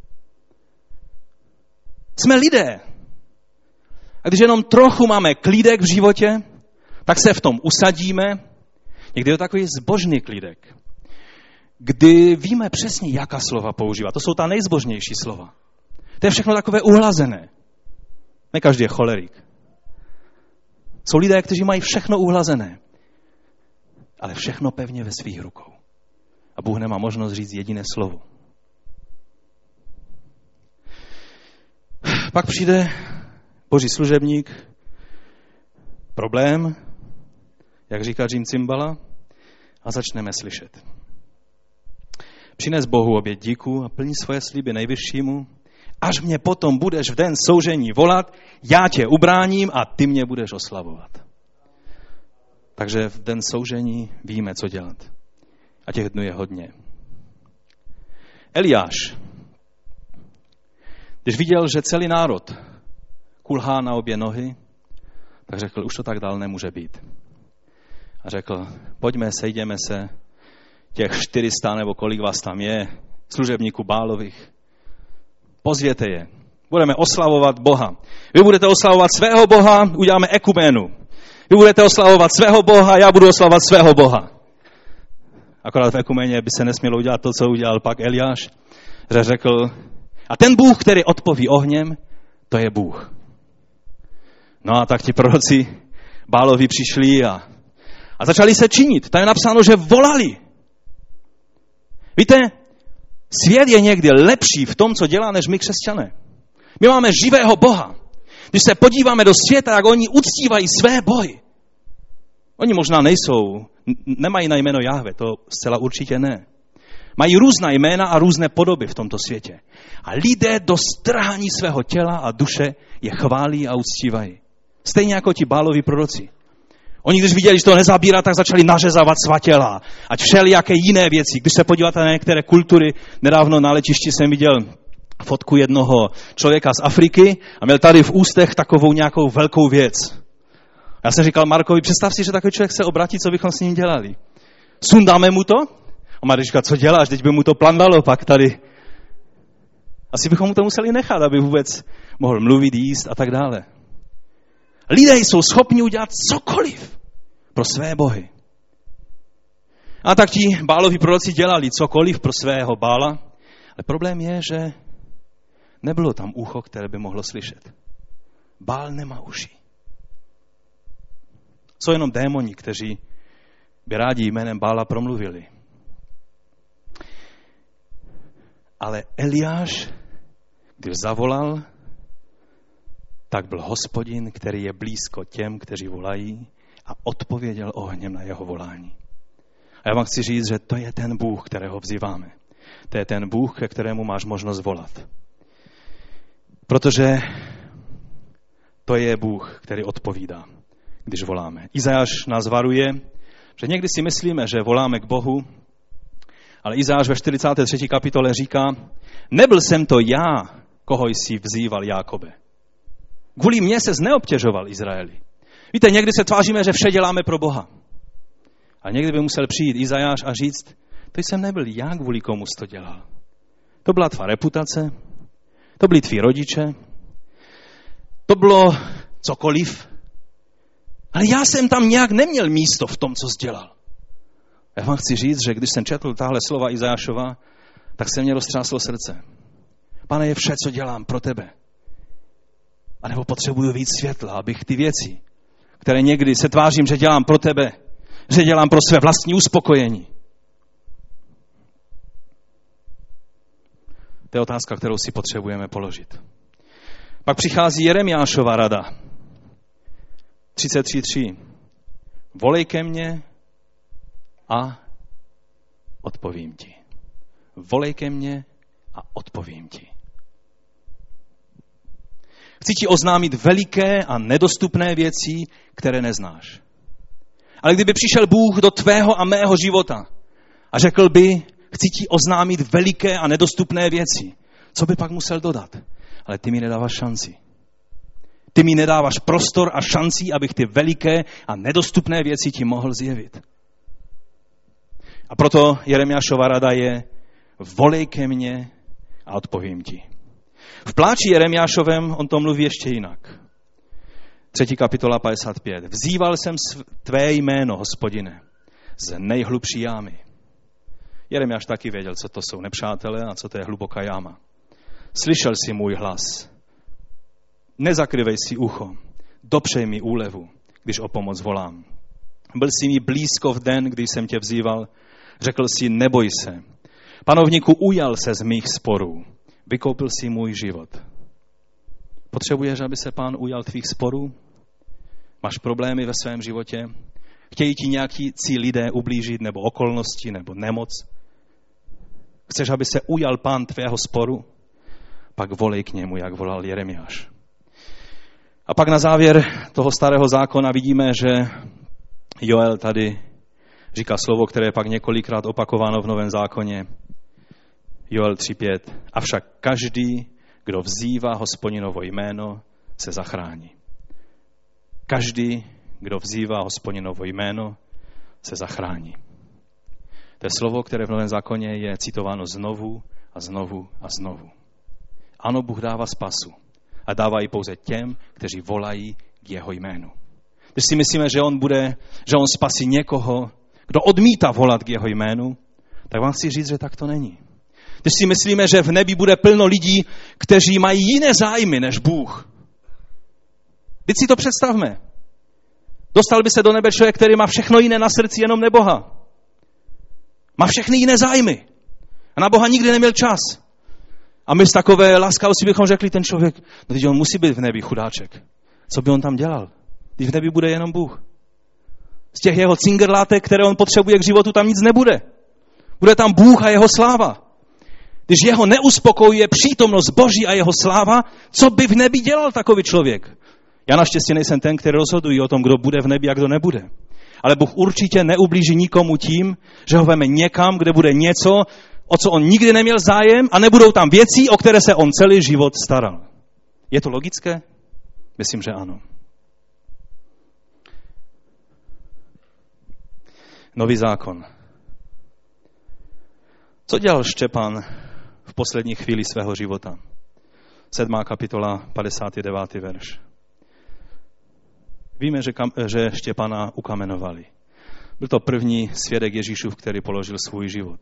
Jsme lidé. A když jenom trochu máme klídek v životě, tak se v tom usadíme. Někdy je to takový zbožný klídek, kdy víme přesně, jaká slova používat. To jsou ta nejzbožnější slova. To je všechno takové uhlazené. Ne každý je cholerik. Jsou lidé, kteří mají všechno uhlazené, ale všechno pevně ve svých rukou. A Bůh nemá možnost říct jediné slovo. Pak přijde Boží služebník, problém, jak říká Jim Cimbala, a začneme slyšet. Přines Bohu oběť díku a plní svoje sliby nejvyššímu. Až mě potom budeš v den soužení volat, já tě ubráním a ty mě budeš oslavovat. Takže v den soužení víme, co dělat. A těch dnů je hodně. Eliáš, když viděl, že celý národ kulhá na obě nohy, tak řekl, už to tak dál nemůže být. A řekl, pojďme, sejdeme se, těch čtyři sta nebo kolik vás tam je, služebníků Bálových. Pozvěte je. Budeme oslavovat Boha. Vy budete oslavovat svého Boha, uděláme ekuménu. Vy budete oslavovat svého Boha, já budu oslavovat svého Boha. Akorát v ekuméně by se nesmělo udělat to, co udělal pak Eliáš, že řekl, a ten Bůh, který odpoví ohněm, to je Bůh. No a tak ti proroci Bálovi přišli a, a začali se činit. Tam je napsáno, že volali. Víte, svět je někdy lepší v tom, co dělá, než my křesťané. My máme živého Boha. Když se podíváme do světa, jak oni uctívají své bohy. Oni možná nejsou, nemají na jméno Jahve, to zcela určitě ne. Mají různá jména a různé podoby v tomto světě. A lidé do strhání svého těla a duše je chválí a uctívají. Stejně jako ti Bálovi proroci. Oni, když viděli, že to nezabírá, tak začali nařezávat svá těla. Ať všelijaké jiné věci. Když se podíváte na některé kultury, nedávno na letišti jsem viděl fotku jednoho člověka z Afriky a měl tady v ústech takovou nějakou velkou věc. Já jsem říkal Markovi, představ si, že takový člověk se obratí, co bychom s ním dělali. Sundáme mu to? A Marek říká, co děláš, teď by mu to plandalo pak tady. Asi bychom mu to museli nechat, aby vůbec mohl mluvit, jíst a tak dále. Lidé jsou schopni udělat cokoliv pro své bohy. A tak ti Bálovi proroci dělali cokoliv pro svého Bála, ale problém je, že nebylo tam ucho, které by mohlo slyšet. Bál nemá uši. Jsou jenom démoni, kteří by rádi jménem Bála promluvili. Ale Eliáš, když zavolal, tak byl Hospodin, který je blízko těm, kteří volají, a odpověděl ohněm na jeho volání. A já vám chci říct, že to je ten Bůh, kterého vzýváme. To je ten Bůh, ke kterému máš možnost volat. Protože to je Bůh, který odpovídá, když voláme. Izajáš nás varuje, že někdy si myslíme, že voláme k Bohu, ale Izajáš ve čtyřicáté třetí kapitole říká, nebyl jsem to já, koho jsi vzýval, Jákobe. Kvůli mně ses neobtěžoval Izraeli. Víte, někdy se tváříme, že vše děláme pro Boha. A někdy by musel přijít Izajáš a říct, to jsem nebyl já, kvůli komu jsi to dělal. To byla tvá reputace, to byli tví rodiče, to bylo cokoliv. Ale já jsem tam nějak neměl místo v tom, co jsi dělal. Já vám chci říct, že když jsem četl tahle slova Izajášova, tak se mě roztřáslo srdce. Pane, je vše, co dělám pro tebe. A nebo potřebuju víc světla, abych ty věci, které někdy se tvářím, že dělám pro tebe, že dělám pro své vlastní uspokojení. To je otázka, kterou si potřebujeme položit. Pak přichází Jeremiášova rada. třicet tři tři. Volej ke mně a odpovím ti. Volej ke mně a odpovím ti. Chci ti oznámit veliké a nedostupné věci, které neznáš. Ale kdyby přišel Bůh do tvého a mého života a řekl by, Chci ti oznámit veliké a nedostupné věci. Co by pak musel dodat? Ale ty mi nedáváš šanci. Ty mi nedáváš prostor a šanci, abych ty veliké a nedostupné věci ti mohl zjevit. A proto Jeremiášova rada je: volej ke mně a odpovím ti. V pláči Jeremiášovém on to mluví ještě jinak. Třetí kapitola padesát pět. Vzýval jsem tvé jméno, Hospodine, z nejhlubší jámy. Jeremiáš taky věděl, co to jsou nepřátelé a co to je hluboká jáma. Slyšel jsi můj hlas. Nezakryvej si ucho. Dopřej mi úlevu, když o pomoc volám. Byl jsi mi blízko v den, když jsem tě vzýval. Řekl jsi, neboj se. Panovníku, ujal se z mých sporů. Vykoupil si můj život. Potřebuješ, aby se Pán ujal tvých sporů? Máš problémy ve svém životě? Chtějí ti nějakí lidé ublížit, nebo okolnosti, nebo nemoc? Chceš, aby se ujal Pán tvého sporu? Pak volej k němu, jak volal Jeremiáš. A pak na závěr toho starého zákona vidíme, že Joel tady říká slovo, které je pak několikrát opakováno v Novém zákoně. Joel tři pět. Avšak každý, kdo vzývá Hospodinovo jméno, se zachrání. Každý, kdo vzývá Hospodinovo jméno, se zachrání. To je slovo, které v Novém zákoně je citováno znovu a znovu a znovu. Ano, Bůh dává spasu a dává ji pouze těm, kteří volají k jeho jménu. Když si myslíme, že on bude, že on spasí někoho, kdo odmítá volat k jeho jménu, tak vám chci říct, že tak to není. Když si myslíme, že v nebi bude plno lidí, kteří mají jiné zájmy než Bůh. Teď si to představme. Dostal by se do nebe člověk, který má všechno jiné na srdci, jenom neboha. Má všechny jiné zájmy. A na Boha nikdy neměl čas. A my z takové laskavosti bychom řekli, ten člověk, no teď on musí být v nebi, chudáček. Co by on tam dělal? Když v nebi bude jenom Bůh. Z těch jeho cingerlátek, které on potřebuje k životu, tam nic nebude. Bude tam Bůh a jeho sláva. Když jeho neuspokojuje přítomnost Boží a jeho sláva, co by v nebi dělal takový člověk? Já naštěstí nejsem ten, který rozhodují o tom, kdo bude v nebi a kdo nebude. Ale Bůh určitě neublíží nikomu tím, že ho veme někam, kde bude něco, o co on nikdy neměl zájem, a nebudou tam věci, o které se on celý život staral. Je to logické? Myslím, že ano. Nový zákon. Co dělal Štěpán v poslední chvíli svého života? Sedmá kapitola, padesátý devátý verš. Víme, že, kam, že Štěpána ukamenovali. Byl to první svědek Ježíšův, který položil svůj život.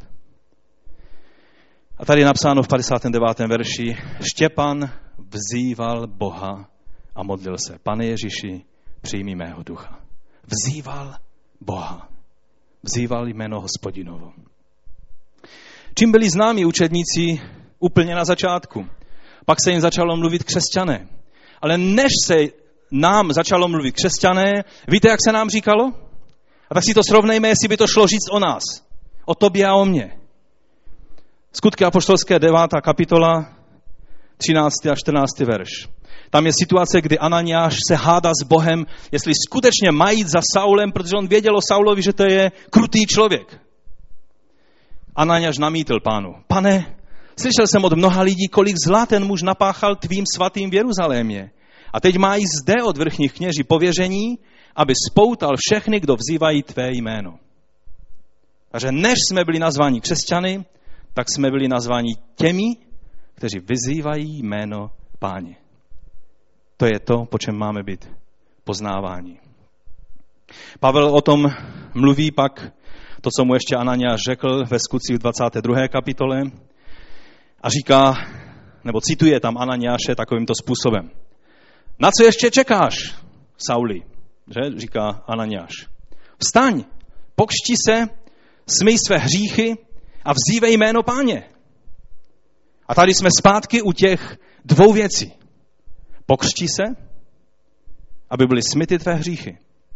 A tady je napsáno v padesátém devátém verši: Štěpán vzýval Boha a modlil se. Pane Ježíši, přijmi mého ducha. Vzýval Boha. Vzýval jméno Hospodinovo. Čím byli známí učedníci úplně na začátku? Pak se jim začalo mluvit křesťané. Ale než se nám začalo mluvit křesťané, víte, jak se nám říkalo? A tak si to srovnejme, jestli by to šlo říct o nás. O tobě a o mně. Skutky apoštolské devátá kapitola, třináctý a čtrnáctý verš. Tam je situace, kdy Ananiáš se hádá s Bohem, jestli skutečně má jít za Saulem, protože on věděl o Saulovi, že to je krutý člověk. Ananiáš namítl Pánu: Pane, slyšel jsem od mnoha lidí, kolik zla ten muž napáchal tvým svatým v Jeruzalémě. A teď má jít zde od vrchních kněží pověření, aby spoutal všechny, kdo vzývají tvé jméno. Takže než jsme byli nazváni křesťany, tak jsme byli nazváni těmi, kteří vyzývají jméno Páně. To je to, po čem máme být poznáváni. Pavel o tom mluví pak, to, co mu ještě Ananiáš řekl ve Skutcích v dvacáté druhé kapitole, a říká, nebo cituje tam Ananiáše takovýmto způsobem: Na co ještě čekáš, Sauli? Že? Říká Ananiáš. Vstaň, pokřti se, smyj své hříchy a vzývej jméno Páně. A tady jsme zpátky u těch dvou věcí. Pokřti se, aby byly smyty tvé hříchy.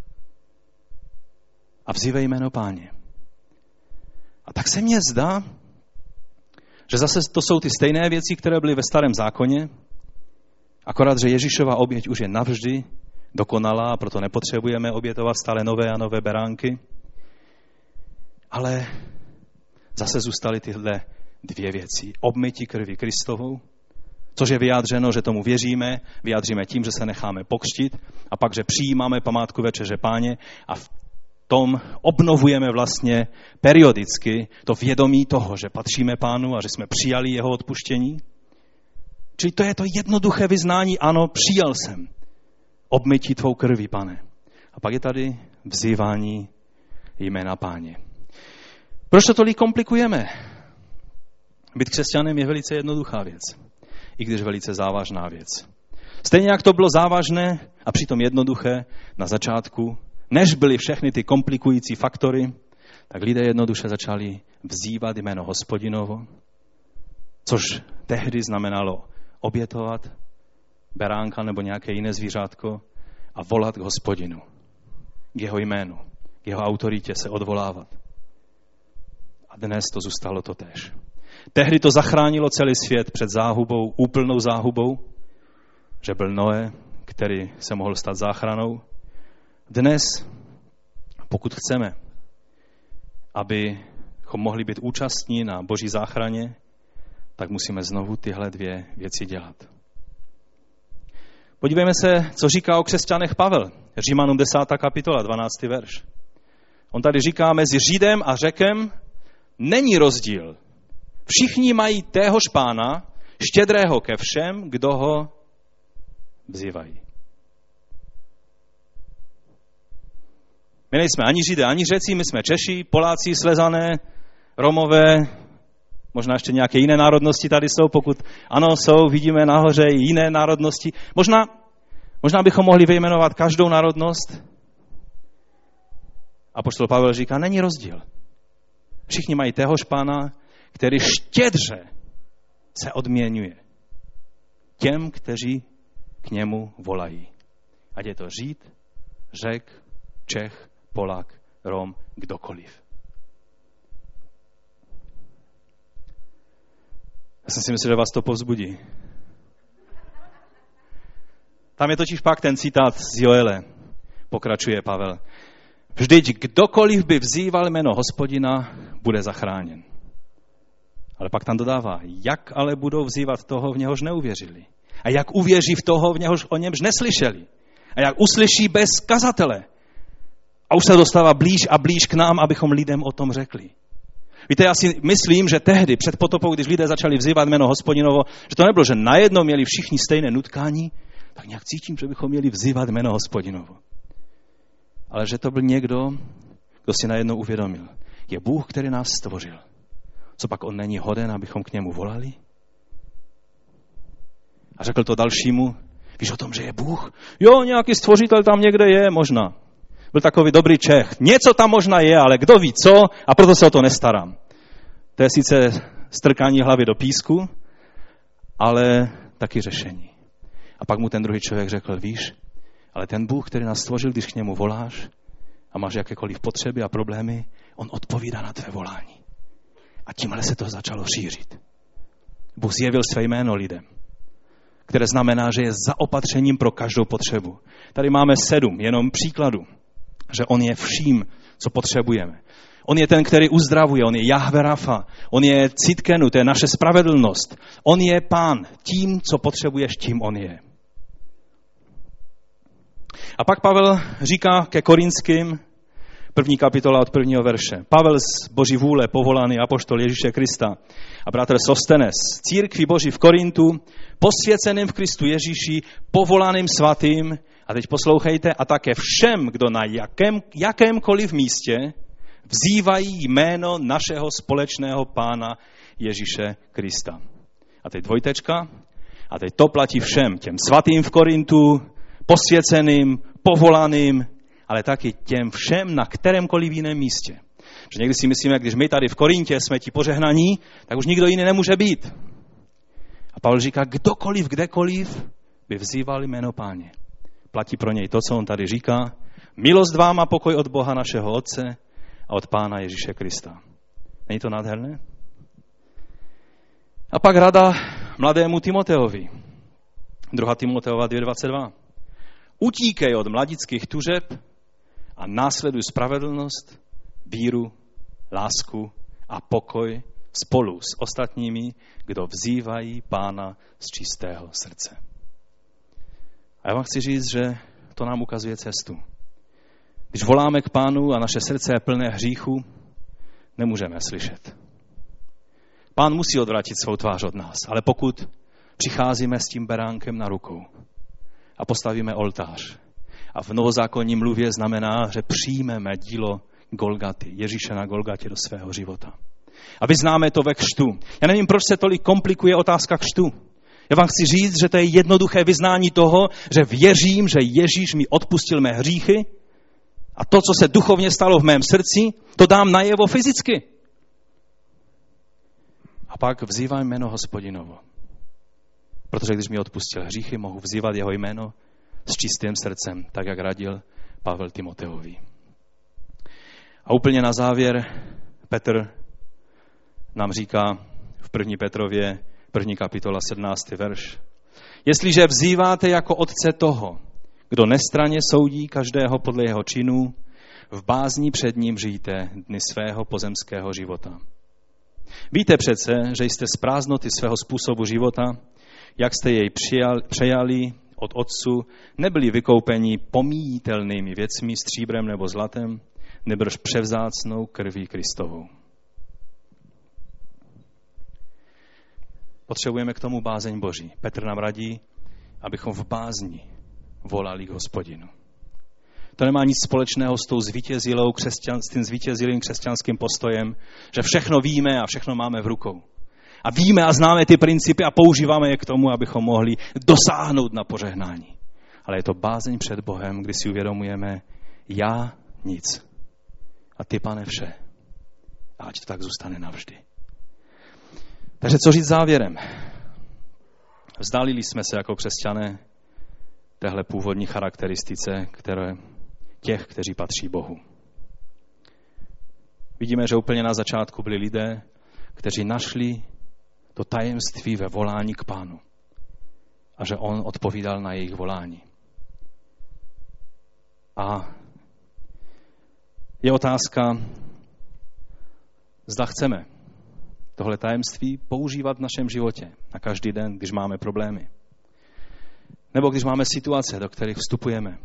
A vzývej jméno Páně. A tak se mně zdá, že zase to jsou ty stejné věci, které byly ve starém zákoně, akorát, že Ježíšova oběť už je navždy dokonalá, a proto nepotřebujeme obětovat stále nové a nové beránky. Ale zase zůstaly tyhle dvě věci. Obmytí krví Kristovou, což je vyjádřeno, že tomu věříme, vyjádříme tím, že se necháme pokřtit a pak, že přijímáme památku večeře Páně a v tom obnovujeme vlastně periodicky to vědomí toho, že patříme Pánu a že jsme přijali jeho odpuštění. Čili to je to jednoduché vyznání, ano, přijal jsem obmytí tvou krví, Pane. A pak je tady vzývání jména Páně. Proč to tolik komplikujeme? Být křesťanem je velice jednoduchá věc, i když velice závažná věc. Stejně jak to bylo závažné a přitom jednoduché na začátku, než byly všechny ty komplikující faktory, tak lidé jednoduše začali vzývat jméno Hospodinovo, což tehdy znamenalo obětovat beránka nebo nějaké jiné zvířátko a volat k Hospodinu, k jeho jménu, k jeho autoritě se odvolávat. A dnes to zůstalo totéž. Tehdy to zachránilo celý svět před záhubou, úplnou záhubou, že byl Noé, který se mohl stát záchranou. Dnes, pokud chceme, abychom mohli být účastní na Boží záchraně, tak musíme znovu tyhle dvě věci dělat. Podívejme se, co říká o křesťanech Pavel. Římanům desátá kapitola, dvanáctý verš. On tady říká, mezi Židem a Řekem není rozdíl. Všichni mají téhož Pána, štědrého ke všem, kdo ho vzývají. My nejsme ani Židé, ani Řeci, my jsme Češi, Poláci, Slezané, Romové, možná ještě nějaké jiné národnosti tady jsou, pokud ano, jsou, vidíme nahoře i jiné národnosti. Možná, možná bychom mohli vyjmenovat každou národnost. Apoštol Pavel říká, není rozdíl. Všichni mají téhož Pána, který štědře se odměňuje těm, kteří k němu volají. Ať je to Žid, Řek, Čech, Polák, Rom, kdokoliv. Já jsem si myslel, že vás to povzbudí. Tam je totiž pak ten citát z Joele, pokračuje Pavel. Vždyť kdokoliv by vzýval jméno Hospodina, bude zachráněn. Ale pak tam dodává, jak ale budou vzývat toho, v něhož neuvěřili. A jak uvěří v toho, v něhož o němž neslyšeli. A jak uslyší bez kazatele. A už se dostává blíž a blíž k nám, abychom lidem o tom řekli. Víte, já si myslím, že tehdy, před potopou, když lidé začali vzývat jméno Hospodinovo, že to nebylo, že najednou měli všichni stejné nutkání, tak nějak cítím, že bychom měli vzývat jméno Hospodinovo. Ale že to byl někdo, kdo si najednou uvědomil. Je Bůh, který nás stvořil. Co pak on není hoden, abychom k němu volali? A řekl to dalšímu, víš o tom, že je Bůh? Jo, nějaký stvořitel tam někde je, možná. Byl takový dobrý Čech. Něco tam možná je, ale kdo ví co, a proto se o to nestarám. To je sice strkání hlavy do písku, ale taky řešení. A pak mu ten druhý člověk řekl, víš, ale ten Bůh, který nás stvořil, když k němu voláš a máš jakékoliv potřeby a problémy, on odpovídá na tvé volání. A tímhle se to začalo šířit. Bůh zjevil své jméno lidem, které znamená, že je zaopatřením pro každou potřebu. Tady máme sedm, jenom příkladů, že on je vším, co potřebujeme. On je ten, který uzdravuje, on je Jahve Rafa, on je Citkenu, to je naše spravedlnost. On je Pán, tím, co potřebuješ, tím on je. A pak Pavel říká ke Korinským, první kapitola od prvního verše. Pavel z Boží vůle, povolaný apoštol Ježíše Krista a bratr Sostenes, církvi Boží v Korintu, posvěceným v Kristu Ježíši, povolaným svatým, a teď poslouchejte, a také všem, kdo na jakém, jakémkoliv místě vzývají jméno našeho společného Pána Ježíše Krista. A teď dvojtečka, a teď to platí všem, těm svatým v Korintu, posvěceným, povolaným, ale taky těm všem na kterémkoliv jiném místě. Že někdy si myslíme, když my tady v Korintě jsme ti požehnaní, tak už nikdo jiný nemůže být. A Pavel říká, kdokoliv, kdekoliv by vzýval jméno Páně. Platí pro něj to, co on tady říká. Milost vám a pokoj od Boha našeho Otce a od Pána Ježíše Krista. Není to nádherné? A pak rada mladému Timoteovi. druhá Timoteova dvě dvacet dva. Utíkej od mladických tužeb a následuj spravedlnost, víru, lásku a a pokoj spolu s ostatními, kdo vzývají Pána z čistého srdce. A já vám chci říct, že to nám ukazuje cestu. Když voláme k Pánu a naše srdce je plné hříchu, nemůžeme slyšet. Pán musí odvrátit svou tvář od nás, ale pokud přicházíme s tím beránkem na rukou a postavíme oltář, a v novozákonní mluvě znamená, že přijmeme dílo Golgaty, Ježíše na Golgatě do svého života. A vyznáme to ve křtu. Já nevím, proč se tolik komplikuje otázka křtu. Já vám chci říct, že to je jednoduché vyznání toho, že věřím, že Ježíš mi odpustil mé hříchy a to, co se duchovně stalo v mém srdci, to dám najevo fyzicky. A pak vzývám jméno Hospodinovo. Protože když mi odpustil hříchy, mohu vzývat jeho jméno s čistým srdcem, tak jak radil Pavel Timoteovi. A úplně na závěr Petr nám říká v první Petrově, první kapitola, sedmnáctý verš. Jestliže vzýváte jako otce toho, kdo nestranně soudí každého podle jeho činů, v bázni před ním žijte dny svého pozemského života. Víte přece, že jste z prázdnoty svého způsobu života, jak jste jej přejali od otců, nebyli vykoupeni pomíjitelnými věcmi, stříbrem nebo zlatem, nebož převzácnou krví Kristovou. Potřebujeme k tomu bázeň Boží. Petr nám radí, abychom v bázni volali k Hospodinu. To nemá nic společného s tou zvítězilou křesťan, s tím zvítězilým křesťanským postojem, že všechno víme a všechno máme v rukou. A víme a známe ty principy a používáme je k tomu, abychom mohli dosáhnout na požehnání. Ale je to bázeň před Bohem, kdy si uvědomujeme, já nic. A ty, Pane, vše. A ať to tak zůstane navždy. Takže co říct závěrem? Vzdálili jsme se jako křesťané téhle původní charakteristice, které těch, kteří patří Bohu. Vidíme, že úplně na začátku byli lidé, kteří našli to tajemství ve volání k Pánu. A že on odpovídal na jejich volání. A je otázka, zda chceme tohle tajemství používat v našem životě na každý den, když máme problémy. Nebo když máme situace, do kterých vstupujeme.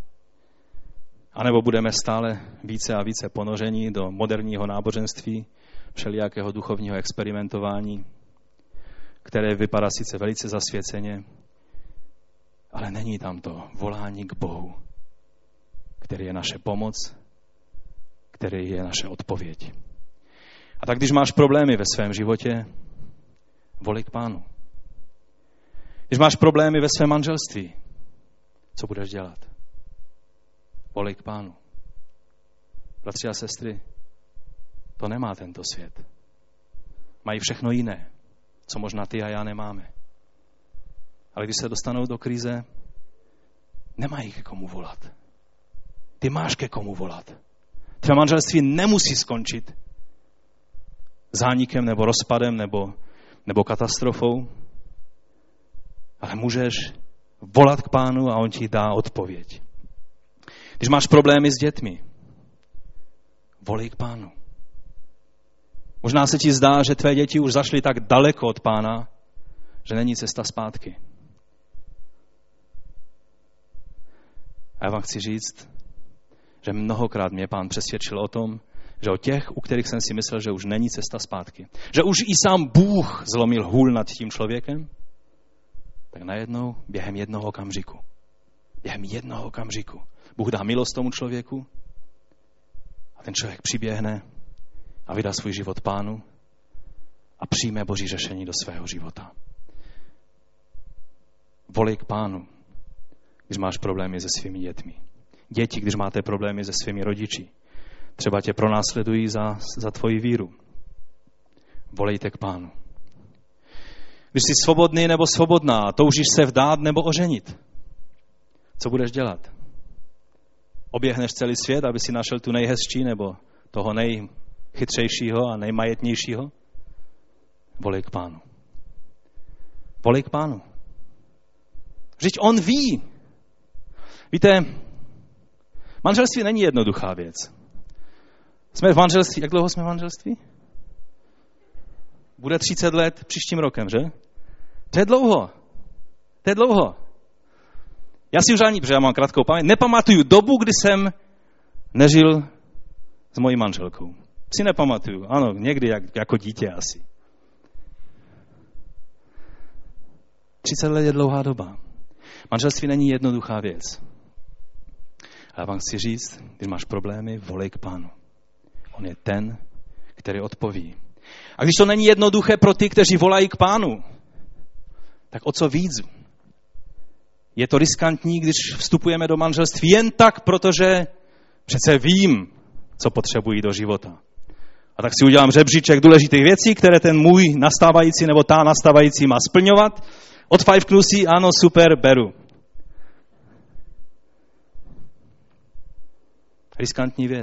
A nebo budeme stále více a více ponoření do moderního náboženství, všelijakého duchovního experimentování, které vypadá sice velice zasvěceně, ale není tam to volání k Bohu, který je naše pomoc, který je naše odpověď. A tak když máš problémy ve svém životě, volej k Pánu. Když máš problémy ve svém manželství, co budeš dělat? Volej k Pánu. Bratři a sestry, to nemá tento svět. Mají všechno jiné, co možná ty a já nemáme. Ale když se dostanou do krize, nemají ke komu volat. Ty máš ke komu volat. Tvé manželství nemusí skončit zánikem nebo rozpadem nebo, nebo katastrofou, ale můžeš volat k Pánu a on ti dá odpověď. Když máš problémy s dětmi, volej k Pánu. Možná se ti zdá, že tvé děti už zašly tak daleko od Pána, že není cesta zpátky. A já vám chci říct, že mnohokrát mě Pán přesvědčil o tom, že o těch, u kterých jsem si myslel, že už není cesta zpátky, že už i sám Bůh zlomil hůl nad tím člověkem, tak najednou během jednoho okamžiku, během jednoho okamžiku Bůh dá milost tomu člověku a ten člověk přiběhne a vydá svůj život Pánu a přijme Boží řešení do svého života. Volej k Pánu, když máš problémy se svými dětmi. Děti, když máte problémy se svými rodiči. Třeba tě pronásledují za, za tvoji víru. Volejte k Pánu. Když jsi svobodný nebo svobodná, toužíš se vdát nebo oženit. Co budeš dělat? Oběhneš celý svět, aby si našel tu nejhezčí nebo toho nejchytřejšího a nejmajetnějšího? Volej k Pánu. Volej k Pánu. Vždyť on ví. Víte, manželství není jednoduchá věc. Jsme v manželství, jak dlouho jsme v manželství? Bude třicet let příštím rokem, že? To je dlouho. To je dlouho. Já si už ani, protože já mám krátkou paměť, nepamatuju dobu, kdy jsem nežil s mojí manželkou. Si nepamatuju. Ano, někdy jak, jako dítě asi. třicet let je dlouhá doba. Manželství není jednoduchá věc. Ale vám chci říct, když máš problémy, volej k Pánu. On je ten, který odpoví. A když to není jednoduché pro ty, kteří volají k Pánu, tak o co víc? Je to riskantní, když vstupujeme do manželství jen tak, protože přece vím, co potřebují do života. A tak si udělám žebříček důležitých věcí, které ten můj nastávající nebo ta nastávající má splňovat. Odfajfknu si, ano, super, beru. Riskantní věc.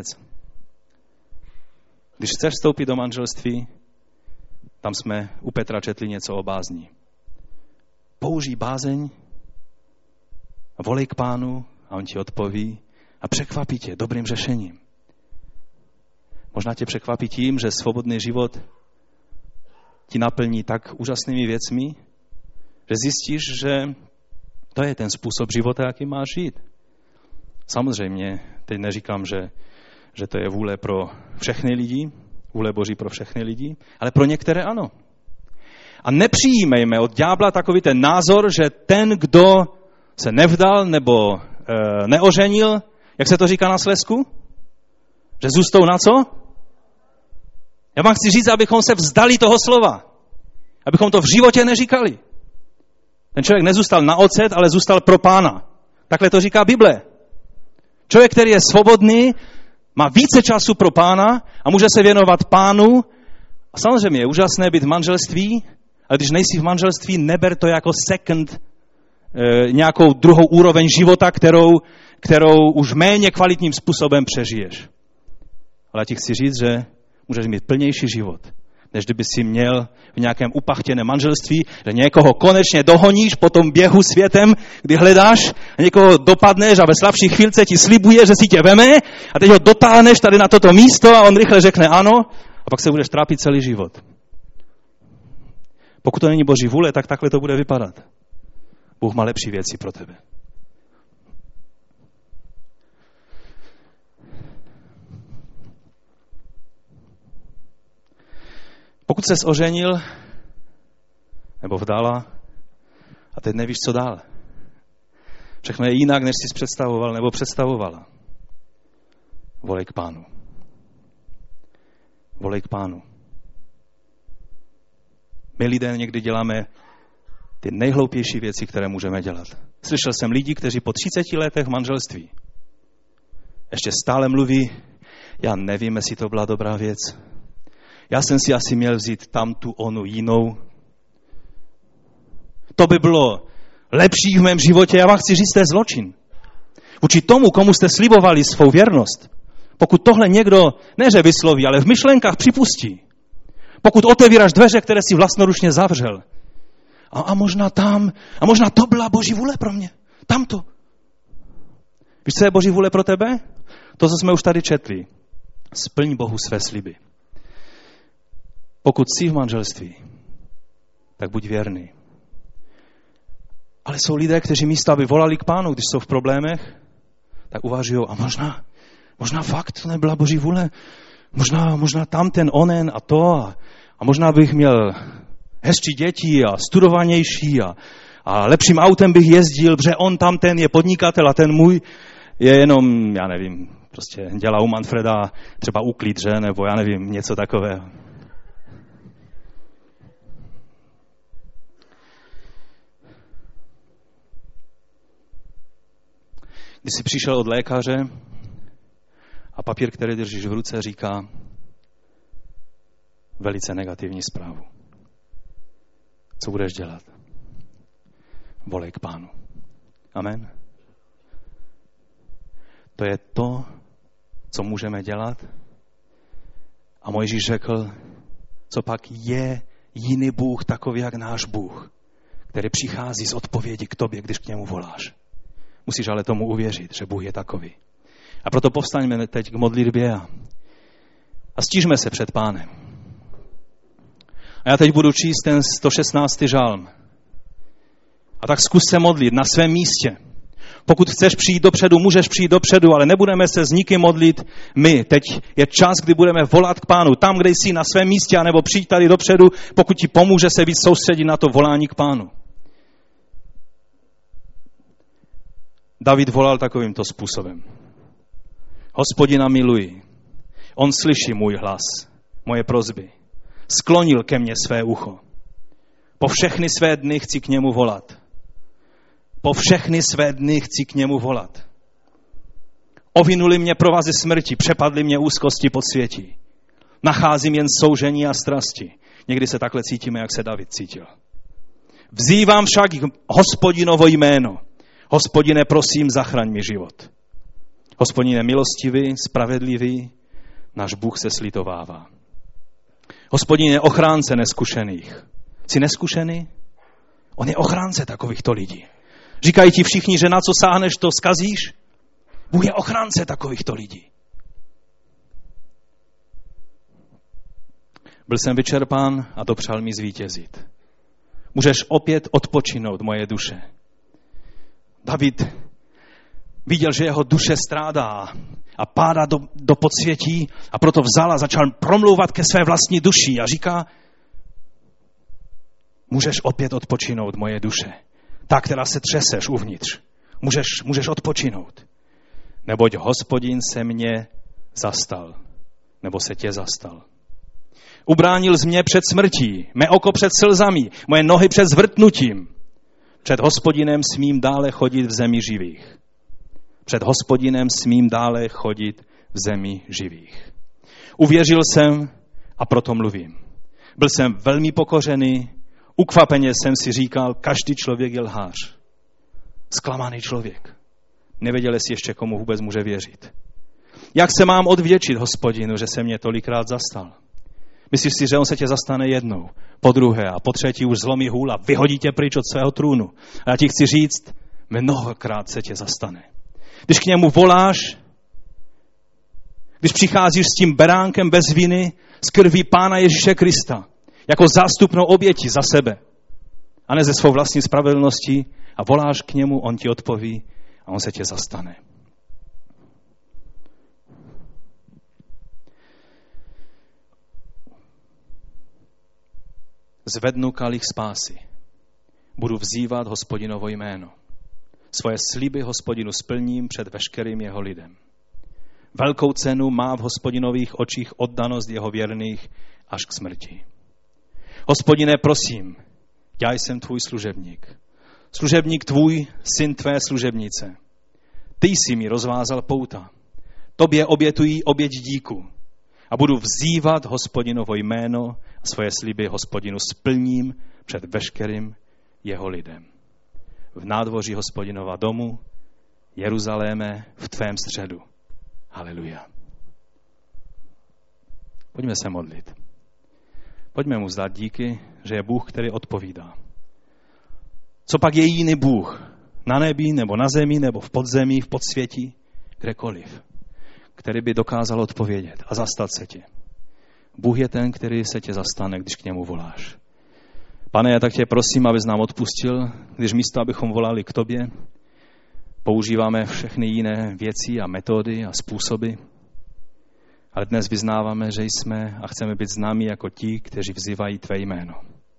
Když chceš vstoupit do manželství, tam jsme u Petra četli něco o bázni. Použij bázeň, volej k Pánu a on ti odpoví a překvapí tě dobrým řešením. Možná tě překvapí tím, že svobodný život ti naplní tak úžasnými věcmi, že zjistíš, že to je ten způsob života, jaký máš žít. Samozřejmě, teď neříkám, že, že to je vůle pro všechny lidi, vůle Boží pro všechny lidi, ale pro některé ano. A nepřijímejme od ďábla takový ten názor, že ten, kdo se nevdal nebo e, neoženil, jak se to říká na Slezsku? Že zůstou na co? Já vám chci říct, abychom se vzdali toho slova. Abychom to v životě neříkali. Ten člověk nezůstal na ocet, ale zůstal pro Pána. Takhle to říká Bible. Člověk, který je svobodný, má více času pro Pána a může se věnovat Pánu. A samozřejmě je úžasné být v manželství, ale když nejsi v manželství, neber to jako second, e, nějakou druhou úroveň života, kterou, kterou už méně kvalitním způsobem přežiješ. Ale já ti chci říct, že můžeš mít plnější život, než kdyby si měl v nějakém upachtěném manželství, že někoho konečně dohoníš po tom běhu světem, kdy hledáš a někoho dopadneš a ve slabší chvílce ti slibuje, že si tě veme a teď ho dotáhneš tady na toto místo a on rychle řekne ano a pak se budeš trápit celý život. Pokud to není Boží vůle, tak takhle to bude vypadat. Bůh má lepší věci pro tebe. Pokud ses oženil nebo vdala a teď nevíš, co dál. Všechno je jinak, než jsi představoval nebo představovala. Volej k Pánu. Volej k Pánu. My lidé někdy děláme ty nejhloupější věci, které můžeme dělat. Slyšel jsem lidi, kteří po třiceti letech manželství ještě stále mluví, já nevím, jestli to byla dobrá věc. Já jsem si asi měl vzít tam tu onu jinou. To by bylo lepší v mém životě. Já vám chci říct, to je zločin. Vůči tomu, komu jste slibovali svou věrnost. Pokud tohle někdo, ne že vysloví, ale v myšlenkách připustí. Pokud otevíráš dveře, které si vlastnoručně zavřel. A, a možná tam, a možná to byla Boží vůle pro mě. Tamto. Víš, co je Boží vůle pro tebe? To, co jsme už tady četli. Splň Bohu své sliby. Pokud jsi v manželství, tak buď věrný. Ale jsou lidé, kteří místo, aby volali k Pánu, když jsou v problémech, tak uvažují, a možná, možná fakt to nebyla Boží vůle. Možná, možná tam ten onen a to. A, a možná bych měl hezčí děti a studovanější a, a lepším autem bych jezdil, protože on tam ten je podnikatel a ten můj je jenom, já nevím, prostě dělá u Manfreda třeba úklid, že? Nebo já nevím, něco takového. Když jsi přišel od lékaře a papír, který držíš v ruce, říká velice negativní zprávu. Co budeš dělat? Volej k Pánu. Amen. To je to, co můžeme dělat. A Mojžíš řekl, co pak je jiný Bůh takový, jak náš Bůh, který přichází z odpovědi k tobě, když k němu voláš. Musíš ale tomu uvěřit, že Bůh je takový. A proto povstaňme teď k modlitbě a, a stížme se před Pánem. A já teď budu číst ten sto šestnáctý žalm. A tak zkus se modlit na svém místě. Pokud chceš přijít dopředu, můžeš přijít dopředu, ale nebudeme se s nikým modlit my. Teď je čas, kdy budeme volat k Pánu. Tam, kde jsi na svém místě, anebo přijď tady dopředu, pokud ti pomůže se víc soustředit na to volání k Pánu. David volal takovýmto způsobem. Hospodina miluji. On slyší můj hlas, moje prosby. Sklonil ke mně své ucho. Po všechny své dny chci k němu volat. Po všechny své dny chci k němu volat. Ovinuli mě provazy smrti, přepadly mě úzkosti podsvětí. Nacházím jen soužení a strasti. Někdy se takhle cítíme, jak se David cítil. Vzývám však Hospodinovo jméno. Hospodine, prosím, zachraň mi život. Hospodine milostivý, spravedlivý, náš Bůh se slitovává. Hospodine, ochránce neskušených. Jsi neskušený? On je ochránce takovýchto lidí. Říkají ti všichni, že na co sáhneš, to zkazíš? Bůh je ochránce takovýchto lidí. Byl jsem vyčerpán a dopřál mi zvítězit. Můžeš opět odpočinout, moje duše. David viděl, že jeho duše strádá a pádá do, do podsvětí a proto vzal a začal promlouvat ke své vlastní duši a říká, můžeš opět odpočinout, moje duše. Ta, která se třeseš uvnitř. Můžeš, můžeš odpočinout. Neboť Hospodin se mě zastal. Nebo se tě zastal. Ubránil z mě před smrtí, mé oko před slzami, moje nohy před zvrtnutím. Před Hospodinem smím dále chodit v zemi živých. Před Hospodinem smím dále chodit v zemi živých. Uvěřil jsem a proto mluvím. Byl jsem velmi pokořený, ukvapeně jsem si říkal, každý člověk je lhář. Zklamaný člověk. Nevěděl jsi ještě, komu vůbec může věřit. Jak se mám odvděčit Hospodinu, že se mě tolikrát zastal? Myslíš si, že on se tě zastane jednou, po druhé a po třetí už zlomí hůl a vyhodí tě pryč od svého trůnu. A já ti chci říct, mnohokrát se tě zastane. Když k němu voláš, když přicházíš s tím beránkem bez viny, z krví Pána Ježíše Krista, jako zástupnou oběti za sebe, a ne ze svou vlastní spravedlností, a voláš k němu, on ti odpoví a on se tě zastane. Zvednu kalich spásy. Budu vzývat Hospodinovo jméno. Svoje sliby Hospodinu splním před veškerým jeho lidem. Velkou cenu má v Hospodinových očích oddanost jeho věrných až k smrti. Hospodine, prosím, já jsem tvůj služebník. Služebník tvůj, syn tvé služebnice. Ty jsi mi rozvázal pouta. Tobě obětují oběť díku. A budu vzývat Hospodinovo jméno a svoje sliby Hospodinu splním před veškerým jeho lidem. V nádvoří Hospodinova domu, Jeruzaléme, v tvém středu. Haleluja. Pojďme se modlit. Pojďme mu vzdát díky, že je Bůh, který odpovídá. Co pak je jiný Bůh? Na nebi, nebo na zemi, nebo v podzemí, v podsvětí, kdekoliv, který by dokázal odpovědět a zastat se tě. Bůh je ten, který se tě zastane, když k němu voláš. Pane, já tak tě prosím, abys nám odpustil, když místo, abychom volali k tobě, používáme všechny jiné věci a metody a způsoby, ale dnes vyznáváme, že jsme a chceme být známí jako ti, kteří vzývají tvé jméno.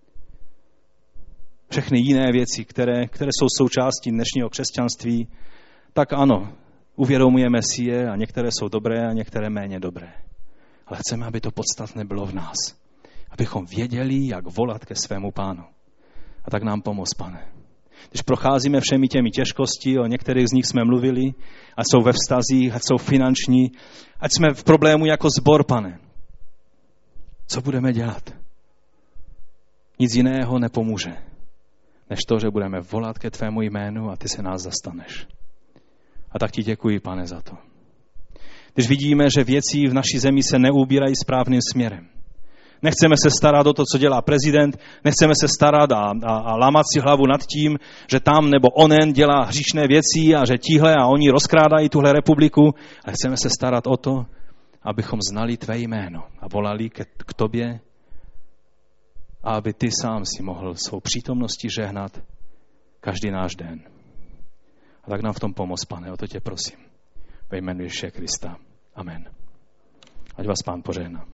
Všechny jiné věci, které, které jsou součástí dnešního křesťanství, tak ano, uvědomujeme si je a některé jsou dobré a některé méně dobré. Ale chceme, aby to podstatné bylo v nás. Abychom věděli, jak volat ke svému Pánu. A tak nám pomoz, Pane. Když procházíme všemi těmi těžkosti, o některých z nich jsme mluvili, ať jsou ve vztazích, ať jsou finanční, ať jsme v problému jako sbor, Pane. Co budeme dělat? Nic jiného nepomůže, než to, že budeme volat ke tvému jménu a ty se nás zastaneš. A tak ti děkuji, Pane, za to. Když vidíme, že věci v naší zemi se neubírají správným směrem. Nechceme se starat o to, co dělá prezident, nechceme se starat a, a, a lámat si hlavu nad tím, že tam nebo onen dělá hříšné věci a že tihle a oni rozkrádají tuhle republiku, ale chceme se starat o to, abychom znali tvé jméno a volali k, k tobě a aby ty sám si mohl svou přítomností žehnat každý náš den. A tak nám v tom pomoz, Pane, o to tě prosím. Ve jménu Ježíše Krista. Amen. Ať vás Pán požehná.